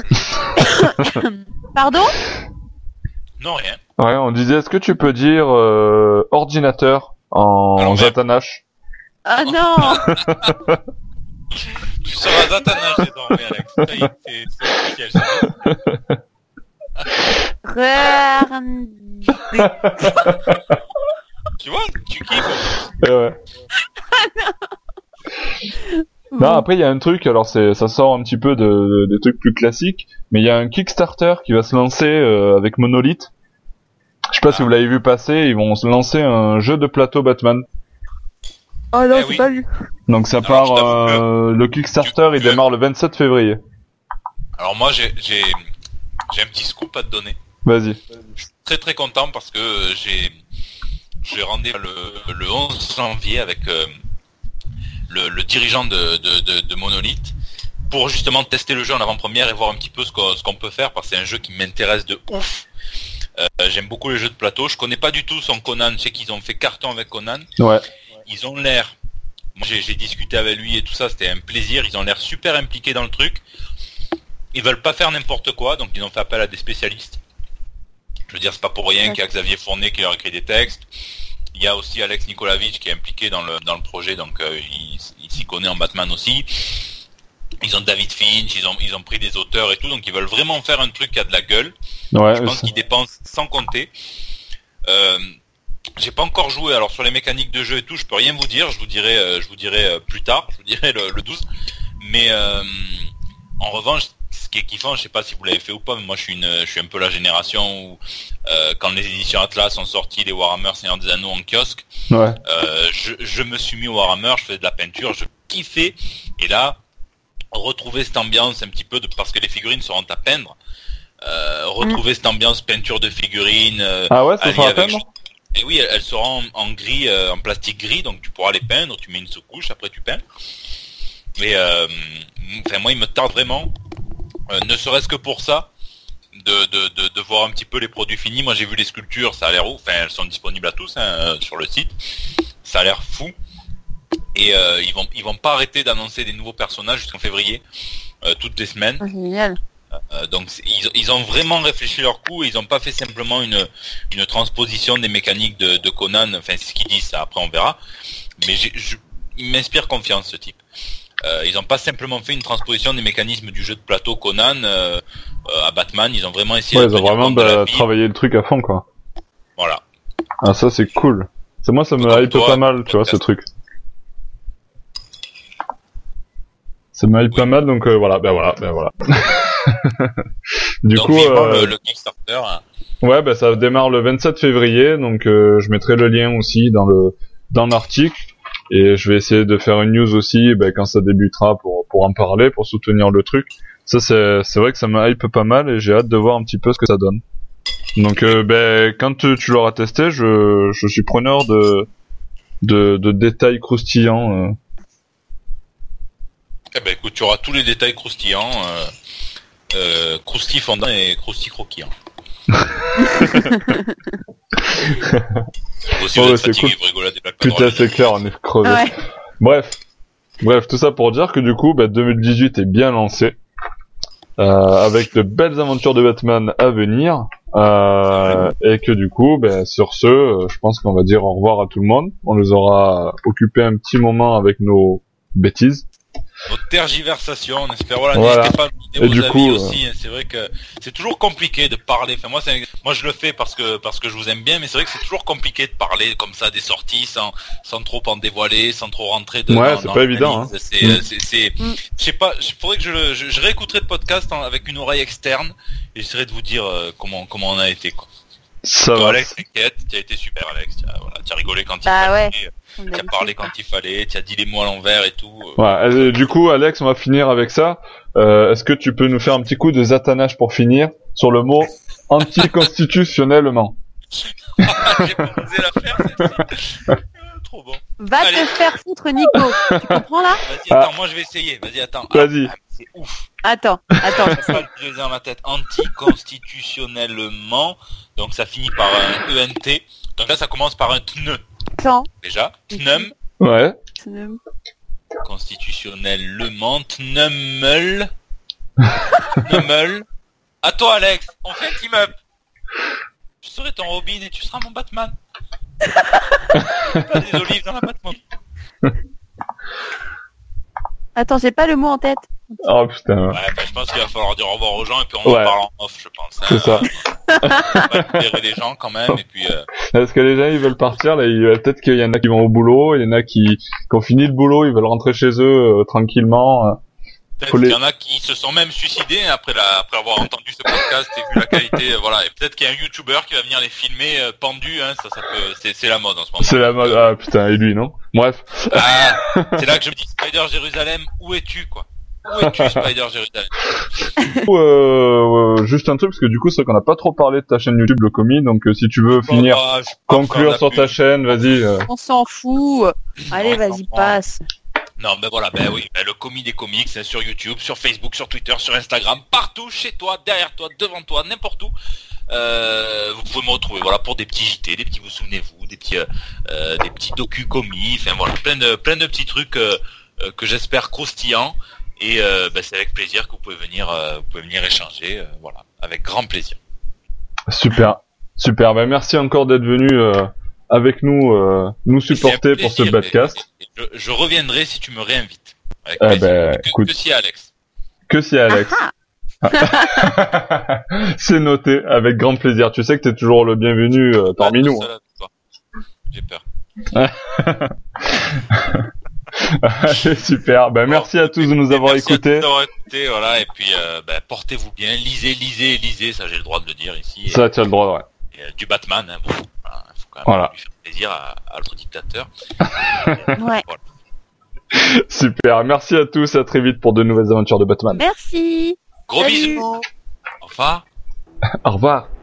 Pardon? Non, rien. Ouais, on disait, est-ce que tu peux dire euh, ordinateur en Alors, même. Zatanash? Ah non. Tu seras Zatanage désormais, Alex. Ça y est, c'est c'est officiel. ça. Rern- Tu vois, tu kiffes. Eh ouais. Non, après il y a un truc, alors c'est ça sort un petit peu de, de- des trucs plus classiques, mais il y a un Kickstarter qui va se lancer euh, avec Monolith. Je sais pas Ah. si vous l'avez vu passer, ils vont se lancer un jeu de plateau Batman. Oh non, Eh j'ai oui. pas vu. Donc ça Alors, part, je t'avoue que euh, le Kickstarter tu- il tu- démarre le vingt-sept février. Alors moi, j'ai j'ai j'ai un petit scoop à te donner. Vas-y. Je suis très très content parce que j'ai j'ai rendez-vous le, le onze janvier avec euh, le, le dirigeant de, de, de, de Monolith pour justement tester le jeu en avant-première et voir un petit peu ce qu'on, ce qu'on peut faire parce que c'est un jeu qui m'intéresse de ouf. Euh, j'aime beaucoup les jeux de plateau. Je connais pas du tout son Conan. Je sais qu'ils ont fait carton avec Conan. Ouais. Ils ont l'air. Moi, j'ai, j'ai discuté avec lui et tout ça. C'était un plaisir. Ils ont l'air super impliqués dans le truc. Ils veulent pas faire n'importe quoi, donc ils ont fait appel à des spécialistes. Je veux dire, c'est pas pour rien qu'il y a Xavier Fournier qui leur écrit des textes. Il y a aussi Alex Nikolavitch qui est impliqué dans le dans le projet, donc euh, il, il s'y connaît en Batman aussi. Ils ont David Finch, ils ont ils ont pris des auteurs et tout, donc ils veulent vraiment faire un truc qui a de la gueule. Ouais. Je pense c'est- qu'ils dépensent sans compter. Euh, j'ai pas encore joué, alors sur les mécaniques de jeu et tout, je peux rien vous dire. Je vous dirai, euh, je vous dirai euh, plus tard, je vous dirai le, le douze. Mais euh, en revanche, ce qui est kiffant, je sais pas si vous l'avez fait ou pas, mais moi je suis une, je suis un peu la génération où euh, quand les éditions Atlas ont sorti les Warhammer Seigneur des Anneaux en kiosque, Ouais. euh, je, je me suis mis au Warhammer, je faisais de la peinture, je kiffais. Et là, retrouver cette ambiance un petit peu de parce que les figurines seront à peindre. Euh, retrouver cette ambiance peinture de figurines. Euh, Ah ouais, ça alliée sera à avec- peine. Et oui, elles, elles seront en, en gris, euh, en plastique gris, donc tu pourras les peindre. Tu mets une sous-couche, après tu peins. Et euh, enfin moi, il me tarde vraiment, euh, ne serait-ce que pour ça, de, de, de, de voir un petit peu les produits finis. Moi, j'ai vu les sculptures, ça a l'air ouf. Enfin, elles sont disponibles à tous hein, euh, sur le site. Ça a l'air fou. Et euh, ils vont ils vont pas arrêter d'annoncer des nouveaux personnages jusqu'en février, euh, toutes les semaines. Oh, génial. Euh, donc c'est- ils, ils ont vraiment réfléchi leur coup et ils ont pas fait simplement une une transposition des mécaniques de, de Conan. Enfin, c'est ce qu'ils disent, ça après on verra. Mais j'ai, je, il m'inspire confiance ce type. Euh, ils ont pas simplement fait une transposition des mécanismes du jeu de plateau Conan euh, euh, à Batman. Ils ont vraiment essayé Ouais, de ils ont tenir vraiment compte de la bah, vie. travaillé le truc à fond, quoi. Voilà. Ah, ça c'est cool. C'est moi, ça me Comme hype toi, pas mal, tu vois, ce podcast. truc. Ça me hype Oui. pas mal, donc euh, voilà, ben voilà, ben voilà. Du donc coup, vivement euh, le, le Kickstarter. Hein. ouais, ben ça démarre le vingt-sept février, donc euh, je mettrai le lien aussi dans le dans l'article et je vais essayer de faire une news aussi, ben, quand ça débutera pour pour en parler, pour soutenir le truc. Ça c'est c'est vrai que ça me hype pas mal et j'ai hâte de voir un petit peu ce que ça donne. Donc euh, ben quand tu, tu l'auras testé, je je suis preneur de de, de détails croustillants. Euh. Eh ben écoute, tu auras tous les détails croustillants, euh, euh, croustilles fondants et croustilles croquillants. Aussi, Ouais, vous êtes c'est fatigué, cool. vous rigolez des blagues pas Putain, drôles. c'est clair, on est crevé. Ouais. Bref. Bref, tout ça pour dire que du coup, bah, deux mille dix-huit est bien lancé. Euh, avec de belles aventures de Batman à venir. Euh, et que du coup, bah, sur ce, euh, je pense qu'on va dire au revoir à tout le monde. On nous aura occupé un petit moment avec nos bêtises. Notre tergiversation, on espère. Voilà, Voilà. n'hésitez pas à nous Et donner du vos avis coup, aussi. Hein. C'est vrai que c'est toujours compliqué de parler. Enfin, moi, c'est, moi, je le fais parce que parce que je vous aime bien, mais c'est vrai que c'est toujours compliqué de parler comme ça des sorties sans sans trop en dévoiler, sans trop rentrer dedans. Ouais, c'est pas évident, hein. C'est, Mm. c'est, c'est, Mm. je sais pas. Il faudrait que je, le- je, je réécouterai le podcast hein, avec une oreille externe et j'essaierai de vous dire euh, comment comment on a été quoi. Ça Toi, va. Alex, t'inquiète, tu as été super, Alex. Tu as, voilà, tu as rigolé quand il Bah fallait, Comme tu as d'habitude, parlé quoi. quand il fallait, tu as dit les mots à l'envers et tout. Ouais, et du coup, Alex, on va finir avec ça. Euh, est-ce que tu peux nous faire un petit coup de zatanage pour finir sur le mot anticonstitutionnellement? J'ai pas osé la faire, celle-ci. Euh, Trop bon. Va Allez. te faire foutre, Nico. Tu comprends là? Vas-y, attends, moi je vais essayer. Vas-y, attends. Vas-y. Ah, c'est ouf. Attends, attends. Je vais pas le dire dans ma tête. Anticonstitutionnellement. Donc ça finit par un E N T. Donc là, ça commence par un T N E. Attends. Déjà. T N E M. Ouais. Constitutionnellement. T N E M L. T N E M L. À toi, Alex. On fait un team-up. Je serai ton Robin et tu seras mon Batman. Pas des olives dans la Batman. Attends, j'ai pas le mot en tête. Oh putain. Ouais, bah, je pense qu'il va falloir dire au revoir aux gens et puis on Ouais. en parle en off, je pense. Hein. C'est ça. On va libérer les gens quand même et puis. Euh... Parce que les gens ils veulent partir, là, il y a peut-être qu'il y en a qui vont au boulot, il y en a qui, qui ont fini le boulot, ils veulent rentrer chez eux euh, tranquillement. euh. Peut-être Faut qu'il les- y en a qui se sont même suicidés après la, après avoir entendu ce podcast et vu la qualité, euh, voilà. Et peut-être qu'il y a un YouTuber qui va venir les filmer euh, pendus, hein. Ça, ça peut, c'est, c'est la mode en ce moment. C'est la mode. Ah putain, et lui non. Bref. Ah, c'est là que je me dis Spider Jérusalem, où es-tu quoi? Où es-tu Spider Jérusalem? Euh, euh, juste un truc parce que du coup c'est vrai qu'on n'a pas trop parlé de ta chaîne YouTube le commis, donc euh, si tu veux finir, Oh, bah, je peux pas conclure faire sur la ta pub. chaîne, vas-y. euh. On s'en fout. Allez, On vas-y, s'en passe. Non, ben voilà, ben oui, ben le commis des comics, c'est sur YouTube, sur Facebook, sur Twitter, sur Instagram, partout, chez toi, derrière toi, devant toi, n'importe où. Euh, vous pouvez me retrouver, voilà, pour des petits J T, des petits vous souvenez-vous, des petits, euh, euh, des petits docu-commis, enfin voilà, plein de, plein de petits trucs euh, euh, que j'espère croustillants. Et euh, ben, c'est avec plaisir que vous pouvez venir, euh, vous pouvez venir échanger, euh, voilà, avec grand plaisir. Super, super. Ben merci encore d'être venu euh, avec nous, euh, nous supporter C'est un pour ce plaisir, podcast. et- et je, je reviendrai si tu me réinvites. Avec Eh plaisir. ben, que, écoute. que si Alex. Que si Alex. Ah, C'est noté, avec grand plaisir. Tu sais que t'es toujours le bienvenu euh, parmi Pas nous. tout seul avec toi. J'ai peur. Allez, super. Ben merci à tous de nous avoir Merci à tous écoutés. d'avoir écouté, voilà, et puis euh, ben, portez-vous bien, lisez, lisez, lisez, ça j'ai le droit de le dire ici. Et, Ça, tu as le droit, ouais. et, euh, du Batman, hein, bon, voilà, faut quand même Voilà. lui faire plaisir à, à notre dictateur. ouais. Super. Merci à tous. À très vite pour de nouvelles aventures de Batman. Merci. Gros Salut. bisous. Au revoir. Au revoir.